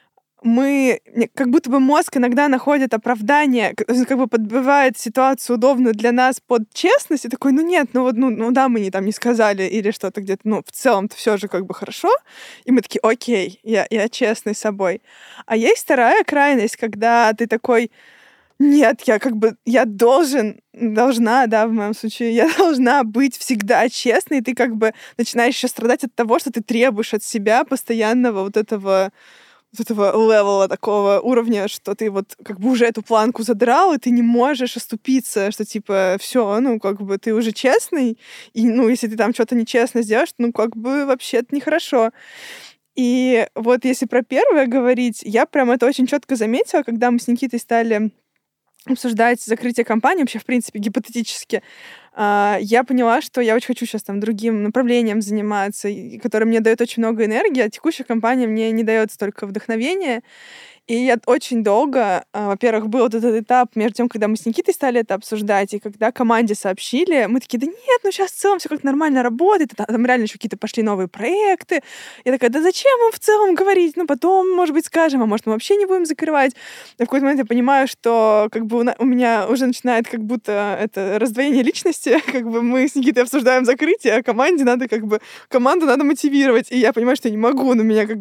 как будто бы мозг иногда находит оправдание, как бы подбивает ситуацию удобную для нас под честность, и такой, нет, да, мы не сказали, или что-то где-то, в целом-то все же как бы хорошо, и мы такие, окей, я честный с собой. А есть вторая крайность, когда ты такой, нет, я должна, да, в моем случае, я должна быть всегда честной, и ты как бы начинаешь еще страдать от того, что ты требуешь от себя постоянного вот этого левела, такого уровня, что ты вот как бы уже эту планку задрал, и ты не можешь оступиться, что типа все, как бы ты уже честный, и, если ты там что-то нечестно сделаешь, как бы вообще это нехорошо. И вот если про первое говорить, я прям это очень четко заметила, когда мы с Никитой стали обсуждать закрытие компании, вообще, в принципе, гипотетически, я поняла, что я очень хочу сейчас там другим направлением заниматься, которое мне дает очень много энергии, а текущая компания мне не дает столько вдохновения. И я очень долго, во-первых, был вот этот этап между тем, когда мы с Никитой стали это обсуждать, и когда команде сообщили, мы такие, да нет, сейчас в целом все как нормально работает, там реально еще какие-то пошли новые проекты. Я такая, да зачем вам в целом говорить? Потом, может быть, скажем, а может, мы вообще не будем закрывать. И в какой-то момент я понимаю, что как бы у меня уже начинает как будто это раздвоение личности, как бы мы с Никитой обсуждаем закрытие, а команде надо команду надо мотивировать. И я понимаю, что я не могу, но у меня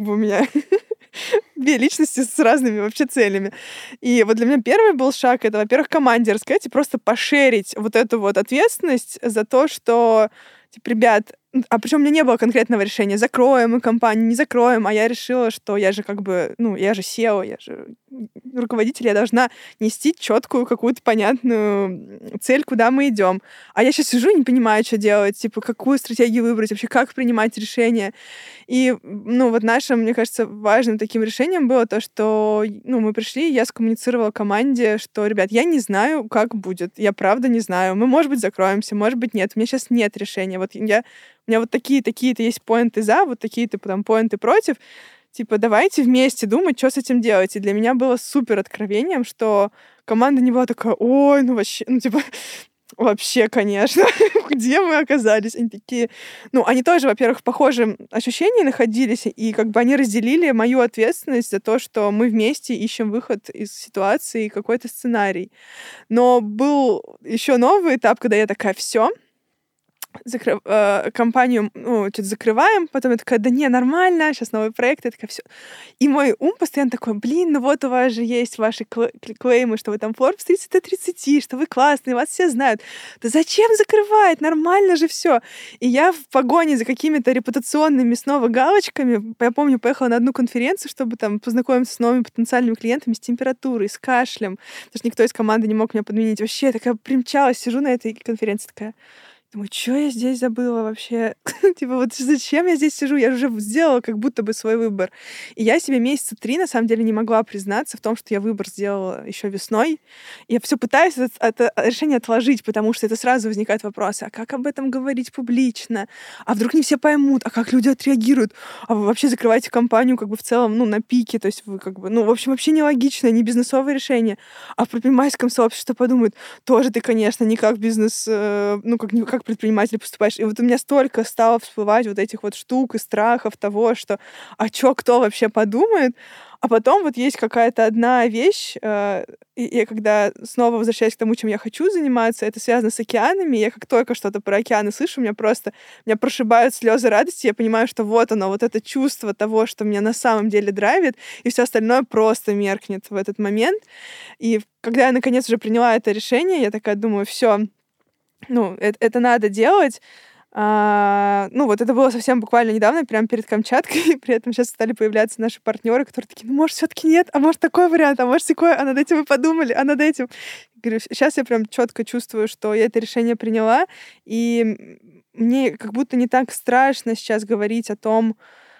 две личности с разными вообще целями. И вот для меня первый был шаг — это, во-первых, команде рассказать и просто пошерить вот эту вот ответственность за то, что, типа, ребят, а причем у меня не было конкретного решения, закроем мы компанию, не закроем, а я решила, что я же как бы, я же SEO, я же руководитель, я должна нести четкую какую-то понятную цель, куда мы идем. А я сейчас сижу и не понимаю, что делать, типа, какую стратегию выбрать, вообще, как принимать решения. И, вот нашим, мне кажется, важным таким решением было то, что, мы пришли, я скоммуницировала команде, что, ребят, я не знаю, как будет, я правда не знаю. Мы, может быть, закроемся, может быть, нет. У меня сейчас нет решения. Вот у меня вот такие-то есть поинты за, вот такие-то там поинты против. Типа, давайте вместе думать, что с этим делать. И для меня было супер откровением, что команда не была такая, ой, вообще, вообще, конечно, где мы оказались? Они такие... они тоже, во-первых, в похожем ощущении находились, и как бы они разделили мою ответственность за то, что мы вместе ищем выход из ситуации и какой-то сценарий. Но был еще новый этап, когда я такая, все, компанию что-то закрываем, потом я такая, да не, нормально, сейчас новый проект, я такая, все. И мой ум постоянно такой, вот у вас же есть ваши клеймы, что вы там Forbes 30 до 30, что вы классные, вас все знают. Да зачем закрывать? Нормально же все. И я в погоне за какими-то репутационными снова галочками, я помню, поехала на одну конференцию, чтобы там познакомиться с новыми потенциальными клиентами с температурой, с кашлем, потому что никто из команды не мог меня подменить. Вообще, я такая примчалась, сижу на этой конференции, такая, думаю, что я здесь забыла вообще? Типа, вот зачем я здесь сижу? Я уже сделала как будто бы свой выбор. И я себе месяца 3, на самом деле, не могла признаться в том, что я выбор сделала еще весной. Я все пытаюсь это решение отложить, потому что это сразу возникает вопрос, а как об этом говорить публично? А вдруг не все поймут? А как люди отреагируют? А вы вообще закрываете компанию как бы в целом, на пике, то есть вы как бы, в общем, вообще нелогичное, не бизнесовое решение. А в предпринимательском сообществе подумают, тоже ты, конечно, не как бизнес, как как предприниматель поступаешь. И вот у меня столько стало всплывать вот этих вот штук и страхов того, что кто вообще подумает. А потом вот есть какая-то одна вещь, и я когда снова возвращаюсь к тому, чем я хочу заниматься, это связано с океанами. Я как только что-то про океаны слышу, меня прошибают слезы радости, я понимаю, что вот оно, вот это чувство того, что меня на самом деле драйвит, и все остальное просто меркнет в этот момент. И когда я, наконец, уже приняла это решение, я такая думаю, все, это надо делать. Вот это было совсем буквально недавно, прямо перед Камчаткой, и при этом сейчас стали появляться наши партнеры, которые такие, может, все-таки нет, а может, такой вариант, а может, такой, а над этим вы подумали, а над этим. Я говорю, сейчас я прям четко чувствую, что я это решение приняла, и мне как будто не так страшно сейчас говорить о том,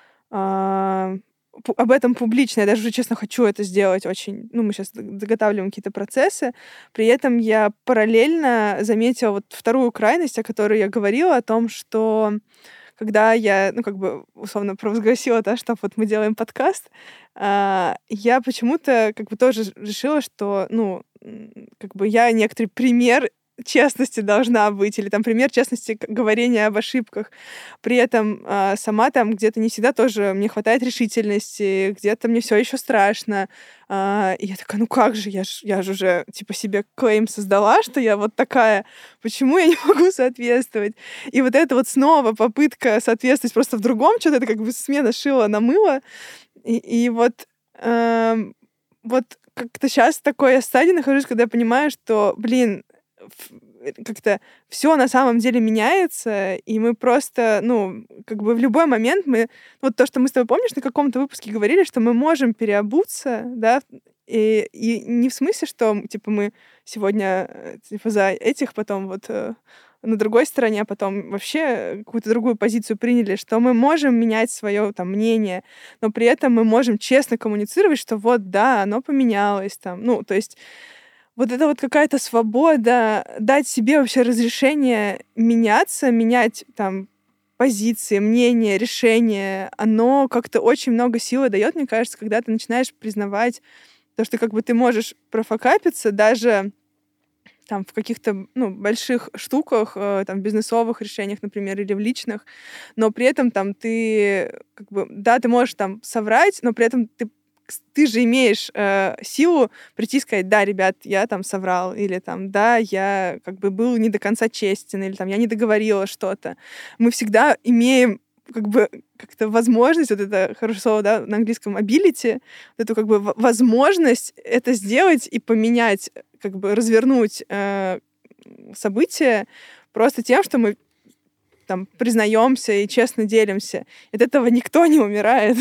об этом публично. Я даже уже, честно, хочу это сделать очень. Мы сейчас заготавливаем какие-то процессы. При этом я параллельно заметила вот вторую крайность, о которой я говорила, о том, что когда я, условно провозгласила, что вот мы делаем подкаст, я почему-то тоже решила, что, я некоторый пример честности должна быть, или пример честности говорения об ошибках. При этом сама где-то не всегда тоже мне хватает решительности, где-то мне все еще страшно. И я такая, как же, я же уже себе клейм создала, что я вот такая, почему я не могу соответствовать? И вот это вот снова попытка соответствовать просто в другом, что-то это смена шила на мыло. И вот как-то сейчас в такой стадии нахожусь, когда я понимаю, что, как-то все на самом деле меняется, и мы просто, в любой момент вот то, что мы с тобой, помнишь, на каком-то выпуске говорили, что мы можем переобуться, да, и не в смысле, что, мы сегодня, за этих, потом вот на другой стороне, а потом вообще какую-то другую позицию приняли, что мы можем менять свое мнение, но при этом мы можем честно коммуницировать, что вот, да, оно поменялось, то есть вот это вот какая-то свобода, дать себе вообще разрешение меняться, менять позиции, мнения, решения, оно как-то очень много силы дает, мне кажется, когда ты начинаешь признавать то, что ты можешь профокапиться даже в каких-то больших штуках, бизнесовых решениях, например, или в личных, но при этом ты ты можешь соврать, но при этом ты же имеешь силу прийти и сказать, да, ребят, я соврал, или да, я был не до конца честен, или я не договорила что-то. Мы всегда имеем как-то возможность, вот это хорошее слово, да, на английском ability, вот эту возможность это сделать и поменять, развернуть события просто тем, что мы признаемся и честно делимся. От этого никто не умирает.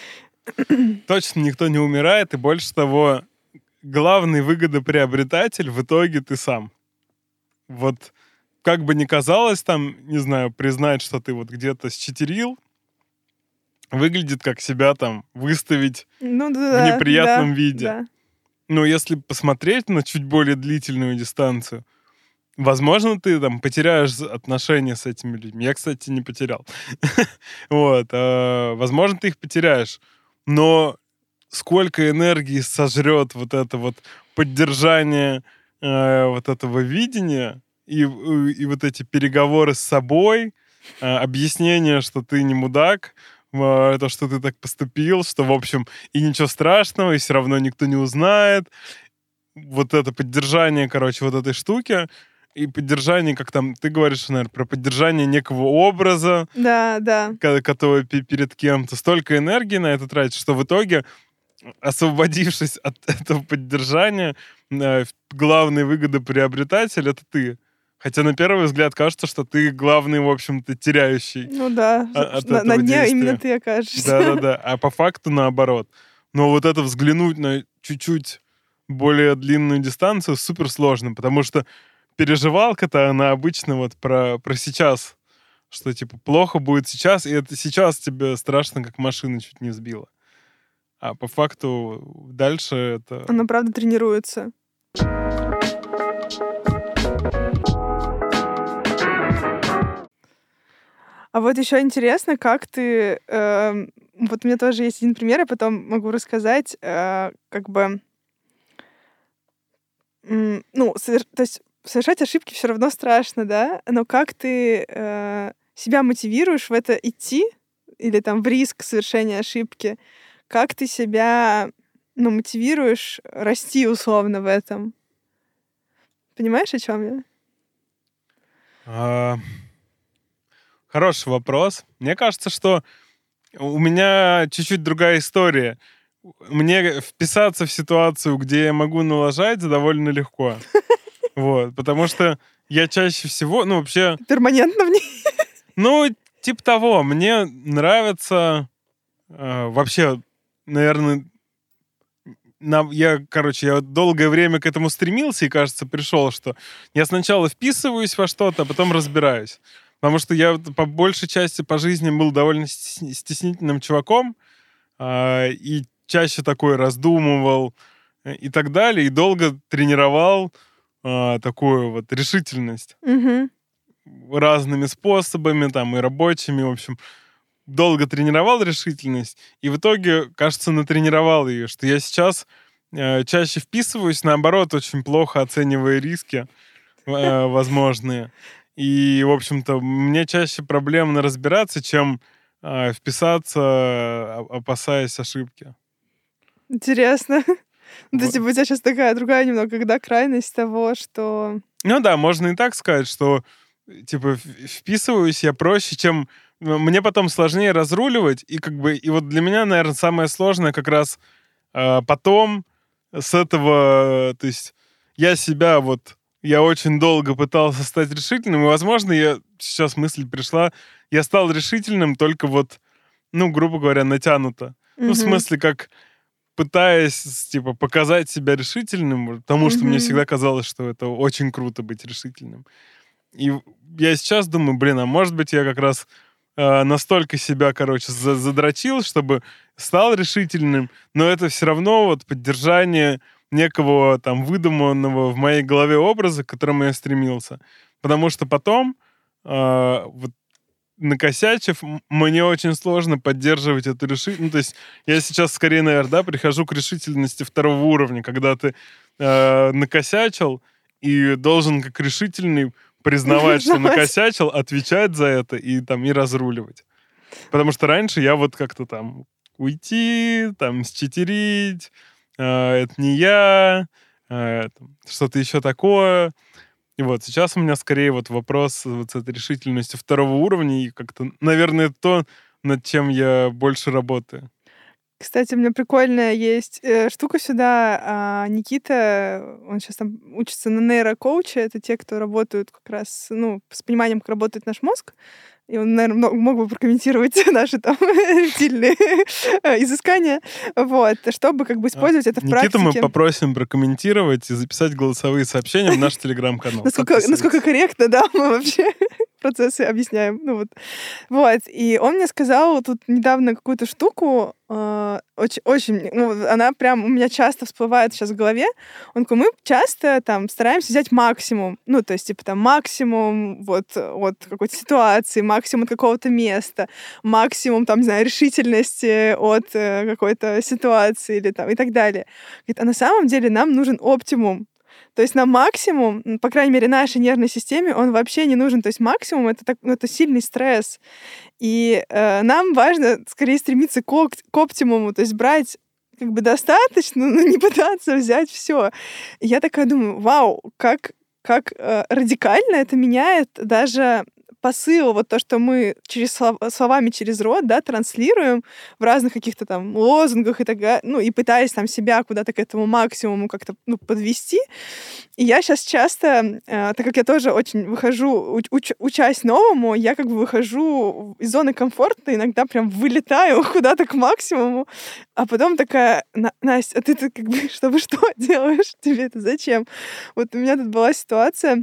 Точно никто не умирает, и больше того, главный выгодоприобретатель в итоге ты сам. Вот как бы ни казалось, не знаю, признать, что ты вот где-то считерил, выглядит как себя выставить в неприятном виде. Да. Но если посмотреть на чуть более длительную дистанцию, возможно, ты потеряешь отношения с этими людьми. Я, кстати, не потерял. Вот. Возможно, ты их потеряешь. Но сколько энергии сожрет вот это вот поддержание вот этого видения и вот эти переговоры с собой, объяснение, что ты не мудак, то, что ты так поступил, что, в общем, и ничего страшного, и все равно никто не узнает. Вот это поддержание, вот этой штуки, и поддержание, как ты говоришь, наверное, про поддержание некого образа, да. который перед кем-то. Столько энергии на это тратишь, что в итоге, освободившись от этого поддержания, главный выгодоприобретатель — это ты. Хотя на первый взгляд кажется, что ты главный, в общем-то, теряющий. Да, на дне именно ты окажешься. Да. А по факту наоборот. Но вот это взглянуть на чуть-чуть более длинную дистанцию супер сложно, потому что переживалка-то, она обычно вот про сейчас, что плохо будет сейчас, и это сейчас тебе страшно, как машина чуть не сбила. А по факту дальше это... Она правда тренируется. А вот еще интересно, как ты... вот у меня тоже есть один пример, я потом могу рассказать, то есть совершать ошибки все равно страшно, да? Но как ты себя мотивируешь в это идти или там в риск совершения ошибки? Как ты себя, ну, мотивируешь расти условно в этом? Понимаешь, о чем я? А, Хороший вопрос. Мне кажется, что у меня чуть-чуть другая история. Мне вписаться в ситуацию, где я могу налажать, довольно легко. Вот, потому что я чаще всего, ну, вообще, Перманентно в ней? ну, типа того, мне нравится вообще, наверное, я долгое время к этому стремился и, кажется, пришел, что я сначала вписываюсь во что-то, а потом разбираюсь. Потому что я по большей части по жизни был довольно стеснительным чуваком, и чаще такой раздумывал и так далее, и долго тренировал такую вот решительность Мгм. разными способами, там, и рабочими, в общем, долго тренировал решительность, и в итоге, кажется, натренировал ее, что я сейчас чаще вписываюсь, наоборот, очень плохо оценивая риски возможные. И, в общем-то, мне чаще проблемно разбираться, чем вписаться, опасаясь ошибки. Интересно. Ну, то Вот. есть у тебя сейчас такая другая немного, когда крайность того, что... Ну да, можно и так сказать, что типа вписываюсь я проще, чем мне потом сложнее разруливать, и как бы и вот для меня, наверное, самое сложное как раз потом с этого, то есть я очень долго пытался стать решительным, и, возможно, сейчас мысль пришла, я стал решительным только вот, ну, грубо говоря, натянуто. Ну, в Мгм. смысле, как пытаясь, типа, показать себя решительным, потому что мне Мгм. всегда казалось, что это очень круто быть решительным. И я сейчас думаю, блин, а может быть, я как раз настолько себя, короче, задрочил, чтобы стал решительным, но это все равно вот поддержание некого там выдуманного в моей голове образа, к которому я стремился. Потому что потом, вот накосячив, мне очень сложно поддерживать эту решительность. Ну, то есть я сейчас скорее, наверное, да, прихожу к решительности второго уровня, когда ты накосячил и должен как решительный признавать, что Признавать. накосячил, отвечать за это и разруливать. Потому что раньше я вот как-то там уйти, там считерить, это не я, что-то еще такое. И вот сейчас у меня скорее вот вопрос вот с этой решительностью второго уровня, и как-то, наверное, это то, над чем я больше работаю. Кстати, у меня прикольная есть штука сюда. Никита, он сейчас там учится на нейрокоуче. Это те, кто работают как раз, ну, с пониманием, как работает наш мозг. И он, наверное, мог бы прокомментировать наши там рептильные изыскания. Вот. Чтобы как бы использовать это в Никиту мы практике. попросим прокомментировать и записать голосовые сообщения в наш телеграм-канал. Насколько корректно, да, мы вообще процессы объясняем. Ну вот. Вот. И он мне сказал тут недавно какую-то штуку, очень, ну, она прям у меня часто всплывает сейчас в голове. Он такой, мы часто там стараемся взять максимум. Ну, то есть, типа, там, максимум вот от какой-то ситуации, максимум от какого-то места, максимум, там, не знаю, решительности от какой-то ситуации или там и так далее. Говорит, а на самом деле нам нужен оптимум. То есть нам максимум, по крайней мере, нашей нервной системе, он вообще не нужен. То есть максимум — это сильный стресс. И нам важно скорее стремиться к оптимуму, то есть брать как бы достаточно, но не пытаться взять все. И я такая думаю, вау, как радикально это меняет даже посыл, вот то, что мы словами через рот, да, транслируем в разных каких-то там лозунгах и так далее, ну, и пытаясь там себя куда-то к этому максимуму как-то, ну, подвести. И я сейчас часто, так как я тоже очень выхожу, учась новому, я как бы выхожу из зоны комфорта, иногда прям вылетаю куда-то к максимуму, а потом такая, Настя, а ты как бы, чтобы что делаешь? Тебе это зачем? Вот у меня тут была ситуация,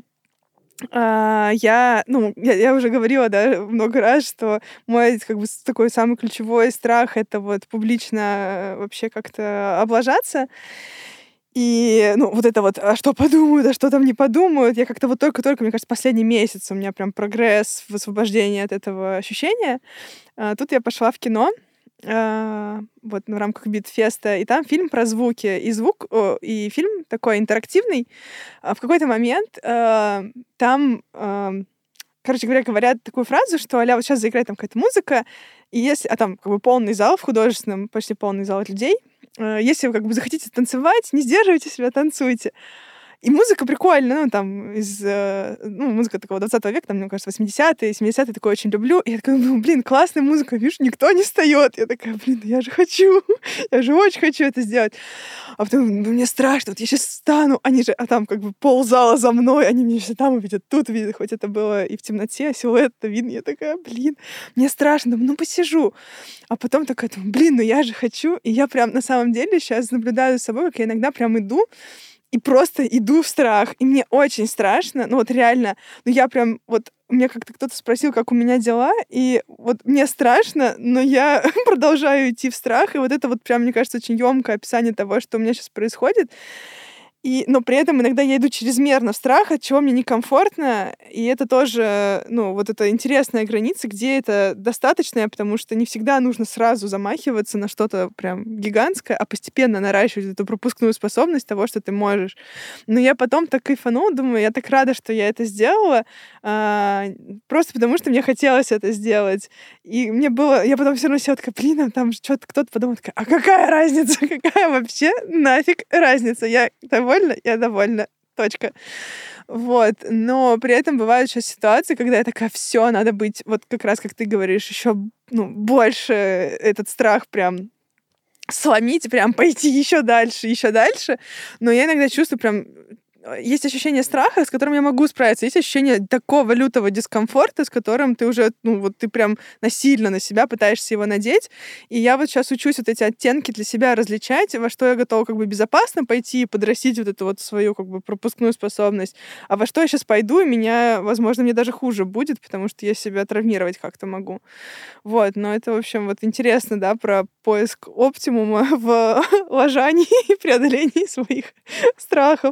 я уже говорила, да, много раз, что мой как бы такой самый ключевой страх — это вот публично вообще как-то облажаться. И, ну, вот это вот, а что подумают, а что там не подумают. Я как-то вот только-только, мне кажется, последний месяц у меня прям прогресс в освобождении от этого ощущения. Тут я пошла в кино, вот в рамках Битфеста, и там фильм про звуки. И фильм такой интерактивный. В какой-то момент там, короче говоря, говорят такую фразу, что вот сейчас заиграет там какая-то музыка, и если... А там как бы полный зал в художественном, почти полный зал людей. Если вы как бы захотите танцевать, не сдерживайте себя, танцуйте. И музыка прикольная, там, музыка такого 20 века, там, мне кажется, 80-е, 70-е, такое очень люблю. И я такая, классная музыка, видишь, никто не встает. Я такая, я же хочу, я же очень хочу это сделать. А потом, мне страшно, вот я сейчас встану, а там как бы ползала за мной, они меня все там увидят, тут увидят, хоть это было и в темноте, а силуэт-то видно. Я такая, мне страшно, посижу. А потом такая, я же хочу. И я прям на самом деле сейчас наблюдаю за собой, как я иногда прям иду, и просто иду в страх. И мне очень страшно. Реально. Я прям... Мне как-то кто-то спросил, как у меня дела, и мне страшно, но я продолжаю идти в страх. И это прям, мне кажется, очень ёмкое описание того, что у меня сейчас происходит. Но при этом иногда я иду чрезмерно в страх, от чего мне некомфортно. И это тоже, это интересная граница, где это достаточно, потому что не всегда нужно сразу замахиваться на что-то прям гигантское, а постепенно наращивать эту пропускную способность того, что ты можешь. Но я потом так кайфанула, думаю, я так рада, что я это сделала, просто потому что мне хотелось это сделать. И мне было... Я потом все равно села такая, там что-то кто-то подумал, такая, а какая разница? Какая вообще нафиг разница? Я довольна, точка. Но при этом бывают сейчас ситуации, когда я такая, все, надо быть, как раз, как ты говоришь, еще больше этот страх прям сломить, прям пойти еще дальше. Но я иногда чувствую прям... Есть ощущение страха, с которым я могу справиться. Есть ощущение такого лютого дискомфорта, с которым ты уже, ты прям насильно на себя пытаешься его надеть. И я сейчас учусь эти оттенки для себя различать, во что я готова как бы безопасно пойти и подрастить эту свою как бы пропускную способность, а во что я сейчас пойду, и возможно, мне даже хуже будет, потому что я себя травмировать как-то могу. Но это, в общем, интересно, да, про поиск оптимума в лажании и преодолении своих страхов.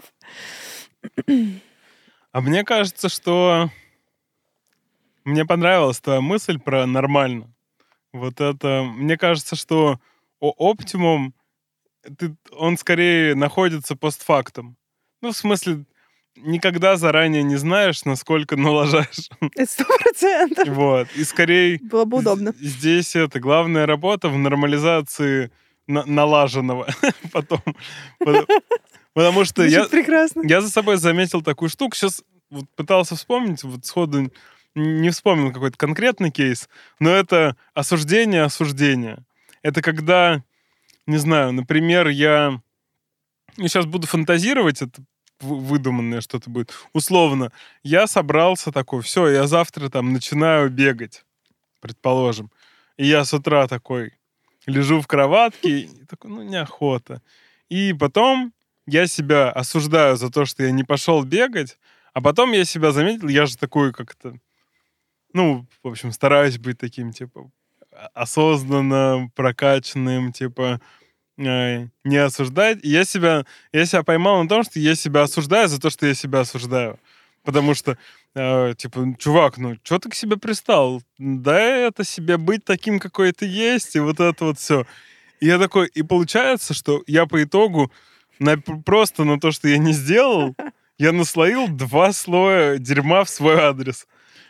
А мне кажется, что мне понравилась твоя мысль про нормально. Мне кажется, что оптимум, он скорее находится постфактум. В смысле, никогда заранее не знаешь, насколько налажаешь. Это 100%. И скорее... Было бы удобно. Здесь главная работа в нормализации налаженного потом. Потому что я за собой заметил такую штуку. Сейчас пытался вспомнить, сходу не вспомнил какой-то конкретный кейс, но это осуждение. Это когда, не знаю, например, я сейчас буду фантазировать, это выдуманное что-то будет. Условно, я собрался такой, все, я завтра там начинаю бегать, предположим. И я с утра такой лежу в кроватке, и такой, неохота. И потом я себя осуждаю за то, что я не пошел бегать, а потом я себя заметил, я же такой как-то, в общем, стараюсь быть таким, осознанным, прокачанным, не осуждать. И я себя поймал на том, что я себя осуждаю за то, что я себя осуждаю. Потому что, чувак, что ты к себе пристал? Дай это себе быть таким, какой ты есть, и это все. И я такой, и получается, что я по итогу просто на то, что я не сделал, я наслоил 2 слоя дерьма в свой адрес.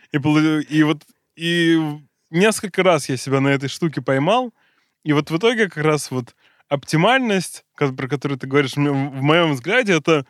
И несколько раз я себя на этой штуке поймал, и в итоге как раз оптимальность, про которую ты говоришь, в моем взгляде, это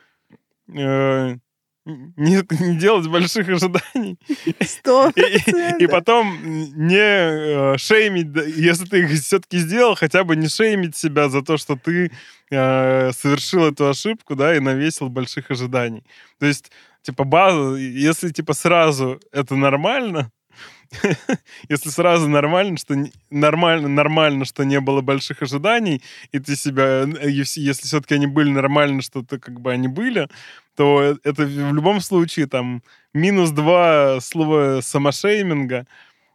не делать больших ожиданий. 100%. И потом не шеймить, если ты их все-таки сделал, хотя бы не шеймить себя за то, что ты совершил эту ошибку, да, и навесил больших ожиданий. То есть, база, если, сразу это нормально, если сразу нормально, что не было больших ожиданий, и ты себя, если все-таки они были нормально, что-то как бы они были, то это в любом случае там -2 слова самошейминга,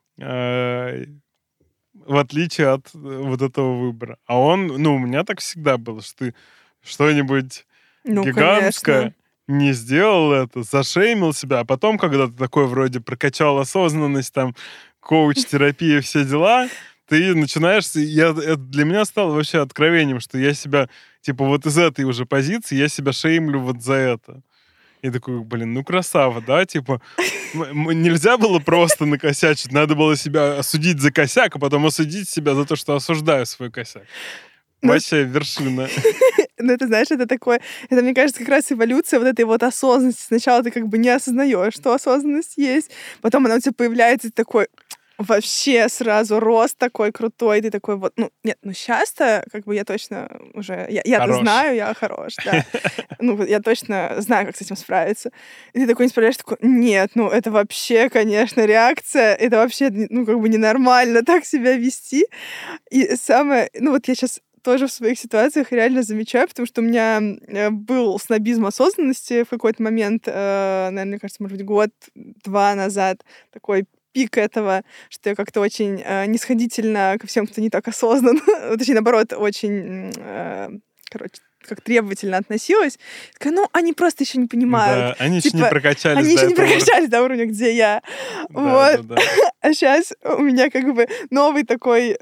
в отличие от этого выбора. А у меня так всегда было, что ты что-нибудь гигантское конечно. Не сделал это, зашеймил себя, а потом, когда ты такой вроде прокачал осознанность, там, коуч, терапия, все дела, ты начинаешь... Это для меня стало вообще откровением, что я себя, типа, вот из этой уже позиции, я себя шеймлю вот за это. И такой, блин, ну красава, да? Типа, нельзя было просто накосячить, надо было себя осудить за косяк, а потом осудить себя за то, что осуждаю свой косяк. Вообще вершина. Ну, это, знаешь, это такое... Это, мне кажется, как раз эволюция вот этой вот осознанности. Сначала ты как бы не осознаешь, что осознанность есть, потом она у тебя появляется, и ты такой... Вообще сразу рост такой крутой, ты такой вот, ну, нет, ну сейчас-то, как бы я точно уже, я-то знаю, я хорош, да. Ну, я точно знаю, как с этим справиться. И ты такой не справляешь, такой, нет, ну, это вообще, конечно, реакция, это вообще, ну, как бы ненормально так себя вести. И самое, ну, вот я сейчас тоже в своих ситуациях реально замечаю, потому что у меня был снобизм осознанности в какой-то момент, наверное, мне кажется, может быть, год-два назад, такой пик этого, что я как-то очень нисходительно ко всем, кто не так осознан, точнее, наоборот, очень, короче, как требовательно относилась. Такая, ну, они просто еще не понимают. Да, они еще не прокачались. Они еще не прокачались до уровня, где я. Да, вот. да. А сейчас у меня как бы новый такой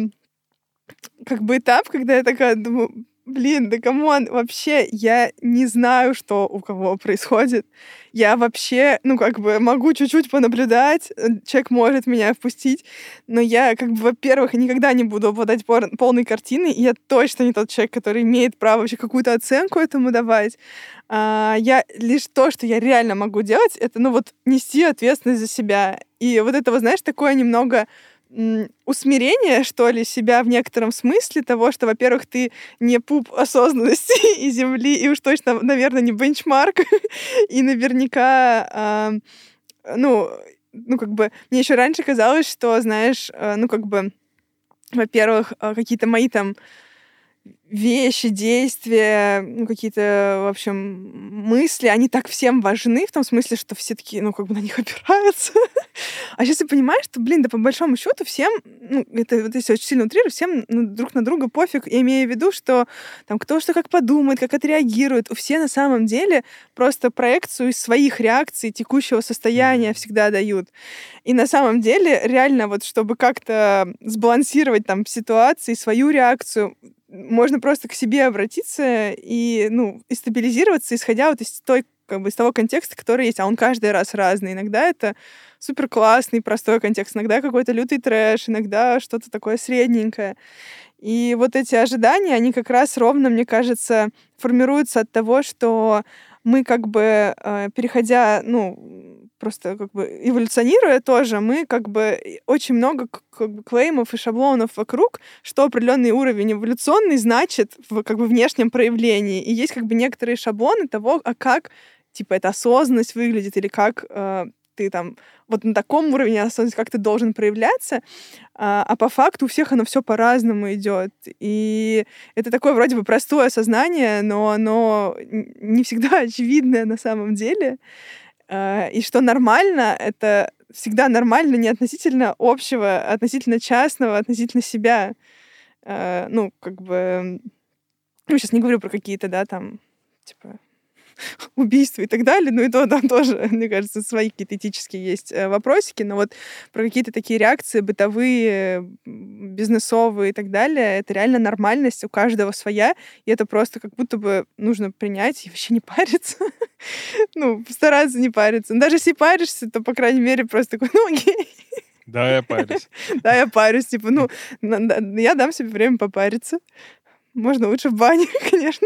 как бы этап, когда я такая думаю, блин, да камон, вообще я не знаю, что у кого происходит. Я вообще, ну, как бы могу чуть-чуть понаблюдать, человек может меня впустить, но я, как бы, во-первых, никогда не буду обладать полной картиной, и я точно не тот человек, который имеет право вообще какую-то оценку этому давать. Я лишь то, что я реально могу делать, это, ну, вот, нести ответственность за себя. И вот это, вот, знаешь, такое немного усмирение, что ли, себя в некотором смысле того, что, во-первых, ты не пуп осознанности и земли, и уж точно, наверное, не бенчмарк, и наверняка, ну, как бы, мне еще раньше казалось, что, знаешь, ну, как бы, во-первых, какие-то мои там вещи, действия, ну, какие-то, в общем, мысли, они так всем важны, в том смысле, что все такие, ну, как бы на них опираются. А сейчас я понимаю, что, блин, да по большому счету всем, ну, это вот если очень сильно утрирую, всем друг на друга пофиг. Я имею в виду, что там кто что как подумает, как отреагирует. У все на самом деле просто проекцию из своих реакций, текущего состояния всегда дают. И на самом деле, реально, вот чтобы как-то сбалансировать там ситуации, свою реакцию, можно просто к себе обратиться и, ну, и стабилизироваться, исходя вот из той, как бы, из того контекста, который есть. А он каждый раз разный. Иногда это супер классный, простой контекст, иногда какой-то лютый трэш, иногда что-то такое средненькое. И вот эти ожидания, они как раз ровно, мне кажется, формируются от того, что мы как бы, переходя, ну, просто как бы эволюционируя тоже, мы как бы очень много как бы клеймов и шаблонов вокруг, что определенный уровень эволюционный значит в как бы внешнем проявлении. И есть как бы некоторые шаблоны того, а как, типа, эта осознанность выглядит, или как ты там вот на таком уровне осознанности, как ты должен проявляться, а по факту у всех оно все по-разному идет. И это такое вроде бы простое осознание, но оно не всегда очевидное на самом деле. И что нормально, это всегда нормально не относительно общего, а относительно частного, относительно себя. Ну, как бы... Ну, сейчас не говорю про какие-то, да, там, типа, убийства и так далее, ну и то там тоже, мне кажется, свои какие-то этические есть вопросики, но вот про какие-то такие реакции бытовые, бизнесовые и так далее, это реально нормальность, у каждого своя, и это просто как будто бы нужно принять и вообще не париться. Ну, постараться не париться. Даже если паришься, то, по крайней мере, просто такой, ну окей. Да, я парюсь. Да, я парюсь, типа, ну, я дам себе время попариться. Можно лучше в бане, конечно.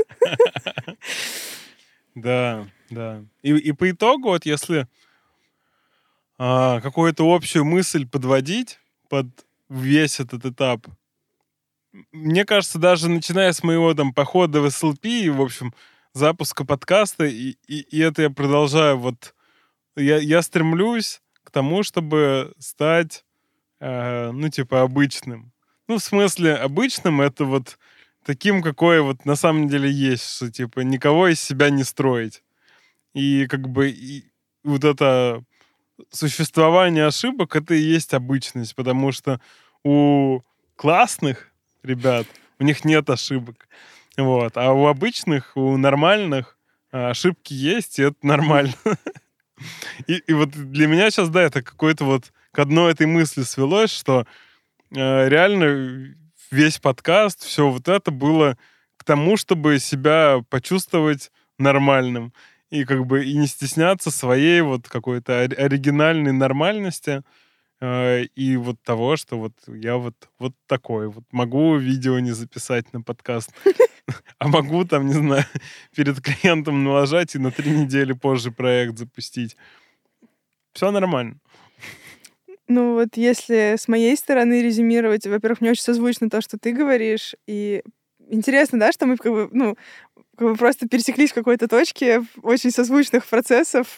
Да, да. И по итогу, вот если какую-то общую мысль подводить под весь этот этап, мне кажется, даже начиная с моего там похода в СЛП и, в общем, запуска подкаста, и это я продолжаю, вот я стремлюсь к тому, чтобы стать, ну, типа, обычным. Ну, в смысле, обычным — это вот таким, какое вот на самом деле есть, что, типа, никого из себя не строить. И как бы и вот это существование ошибок — это и есть обычность, потому что у классных ребят у них нет ошибок. Вот. А у обычных, у нормальных ошибки есть, и это нормально. И вот для меня сейчас, да, это какой-то вот к одной этой мысли свелось, что реально весь подкаст, все вот это было к тому, чтобы себя почувствовать нормальным. И как бы и не стесняться своей вот какой-то оригинальной нормальности. И вот того, что вот я вот такой. Вот могу видео не записать на подкаст, а могу там, не знаю, перед клиентом налажать и на 3 недели позже проект запустить. Все нормально. Ну вот если с моей стороны резюмировать, во-первых, мне очень созвучно то, что ты говоришь, и интересно, да, что мы как бы просто пересеклись в какой-то точке очень созвучных процессов.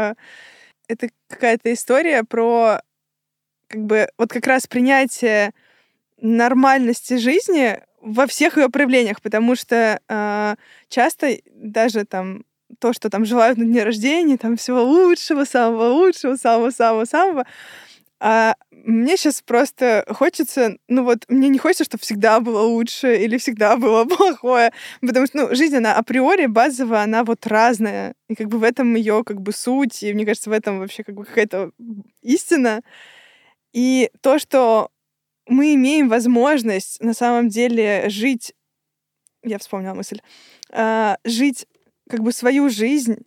Это какая-то история про как бы вот как раз принятие нормальности жизни во всех ее проявлениях, потому что часто даже там то, что там желают на дне рождения, там всего лучшего, самого-самого-самого, а мне сейчас просто хочется, ну вот, мне не хочется, чтобы всегда было лучше или всегда было плохое, потому что, ну, жизнь, она априори базово, она вот разная, и как бы в этом ее как бы суть, и мне кажется, в этом вообще как бы какая-то истина. И то, что мы имеем возможность на самом деле жить, я вспомнила мысль, жить как бы свою жизнь,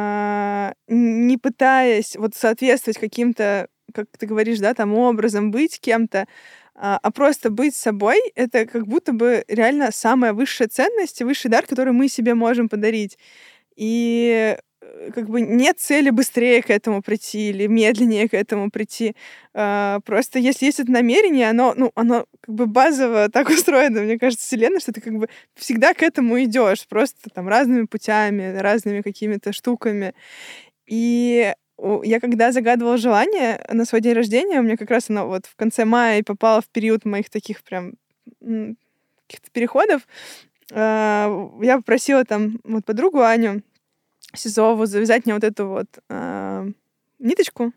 не пытаясь вот соответствовать каким-то, как ты говоришь, да, там образом, быть кем-то, а просто быть собой, это как будто бы реально самая высшая ценность и высший дар, который мы себе можем подарить. И как бы нет цели быстрее к этому прийти или медленнее к этому прийти. Просто если есть это намерение, оно как бы базово так устроено, мне кажется, Вселенная, что ты как бы всегда к этому идешь, просто там разными путями, разными какими-то штуками. И я когда загадывала желание на свой день рождения, у меня как раз оно вот в конце мая и попало в период моих таких прям каких-то переходов, я попросила там вот подругу Аню Сизову завязать мне вот эту вот ниточку.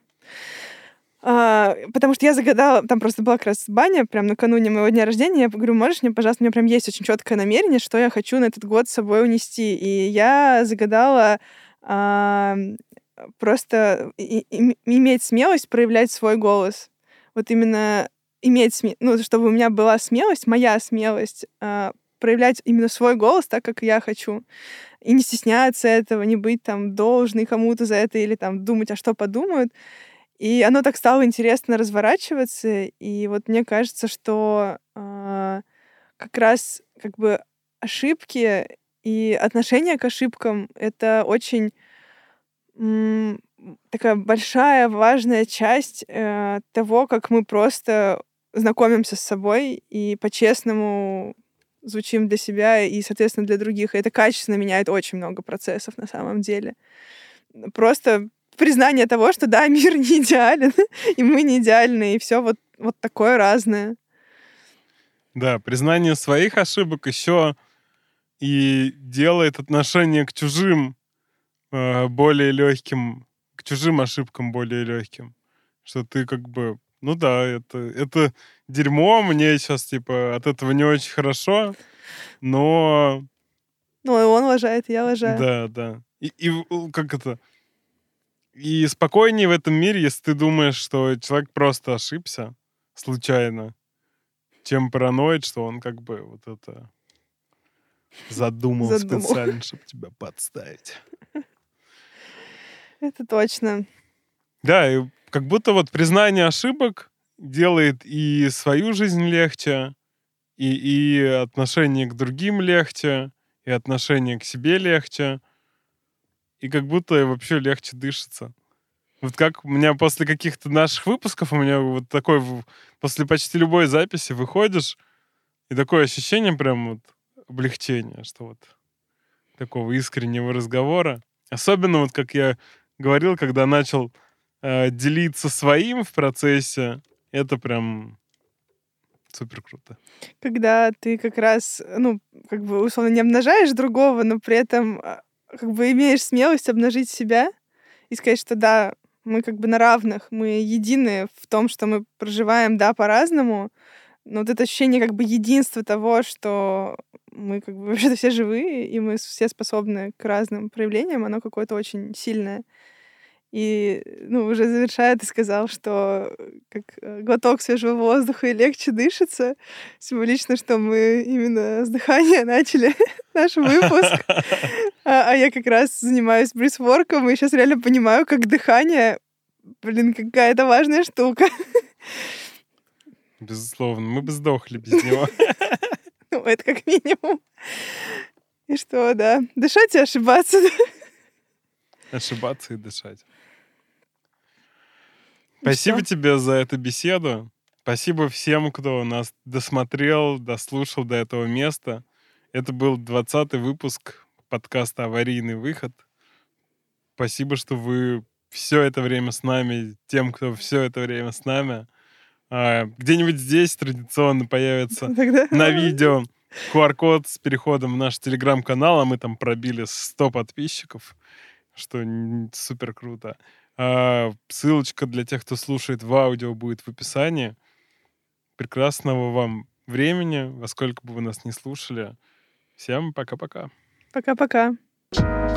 Потому что я загадала, там просто была как раз баня прям накануне моего дня рождения. Я говорю, можешь мне, пожалуйста, у меня прям есть очень четкое намерение, что я хочу на этот год с собой унести. И я загадала просто иметь смелость проявлять свой голос. Вот именно иметь чтобы у меня была смелость, моя смелость проявлять именно свой голос так, как я хочу. И не стесняться этого, не быть там должной кому-то за это или там думать, а что подумают. И оно так стало интересно разворачиваться. И вот мне кажется, что как раз как бы ошибки и отношение к ошибкам — это очень такая большая, важная часть того, как мы просто знакомимся с собой и по-честному звучим для себя и, соответственно, для других. И это качественно меняет очень много процессов на самом деле. Просто признание того, что да, мир не идеален, и мы не идеальны, и все вот такое разное. Да, признание своих ошибок еще и делает отношение к чужим более легким, к чужим ошибкам более легким. Что ты как бы, ну да, это дерьмо, мне сейчас типа от этого не очень хорошо, но... Ну, и он лажает, и я лажаю. Да. И как это... И спокойнее в этом мире, если ты думаешь, что человек просто ошибся случайно, чем параноид, что он как бы вот это задумал специально, чтобы тебя подставить. Это точно. Да, и как будто вот признание ошибок делает и свою жизнь легче, и отношение к другим легче, и отношение к себе легче, и как будто вообще легче дышится. Вот как у меня после каких-то наших выпусков, у меня вот такой, после почти любой записи выходишь, и такое ощущение прям вот облегчения, что вот такого искреннего разговора. Особенно вот как я говорил, когда начал делиться своим в процессе, это прям супер круто. Когда ты как раз, как бы условно не обнажаешь другого, но при этом как бы имеешь смелость обнажить себя и сказать, что да, мы как бы на равных, мы едины в том, что мы проживаем, да, по-разному, но вот это ощущение как бы единства того, что мы как бы вообще-то все живые, и мы все способны к разным проявлениям, оно какое-то очень сильное. И, уже завершая, ты сказал, что как глоток свежего воздуха и легче дышится. Символично, что мы именно с дыхания начали наш выпуск. А я как раз занимаюсь брисворком, и сейчас реально понимаю, как дыхание, какая-то важная штука. Безусловно, мы бы сдохли без него. Это как минимум. И что, да, дышать и ошибаться. Ошибаться и дышать. И Спасибо что? тебе за эту беседу. Спасибо всем, кто нас досмотрел, дослушал до этого места. Это был 20-й выпуск подкаста «Аварийный выход». Спасибо, что вы все это время с нами, тем, кто все это время с нами. Где-нибудь здесь традиционно появится Тогда на видео QR-код с переходом в наш телеграм-канал, а мы там пробили 100 подписчиков, что супер круто. Ссылочка для тех, кто слушает в аудио, будет в описании. Прекрасного вам времени, во сколько бы вы нас не слушали. Всем пока-пока. Пока-пока.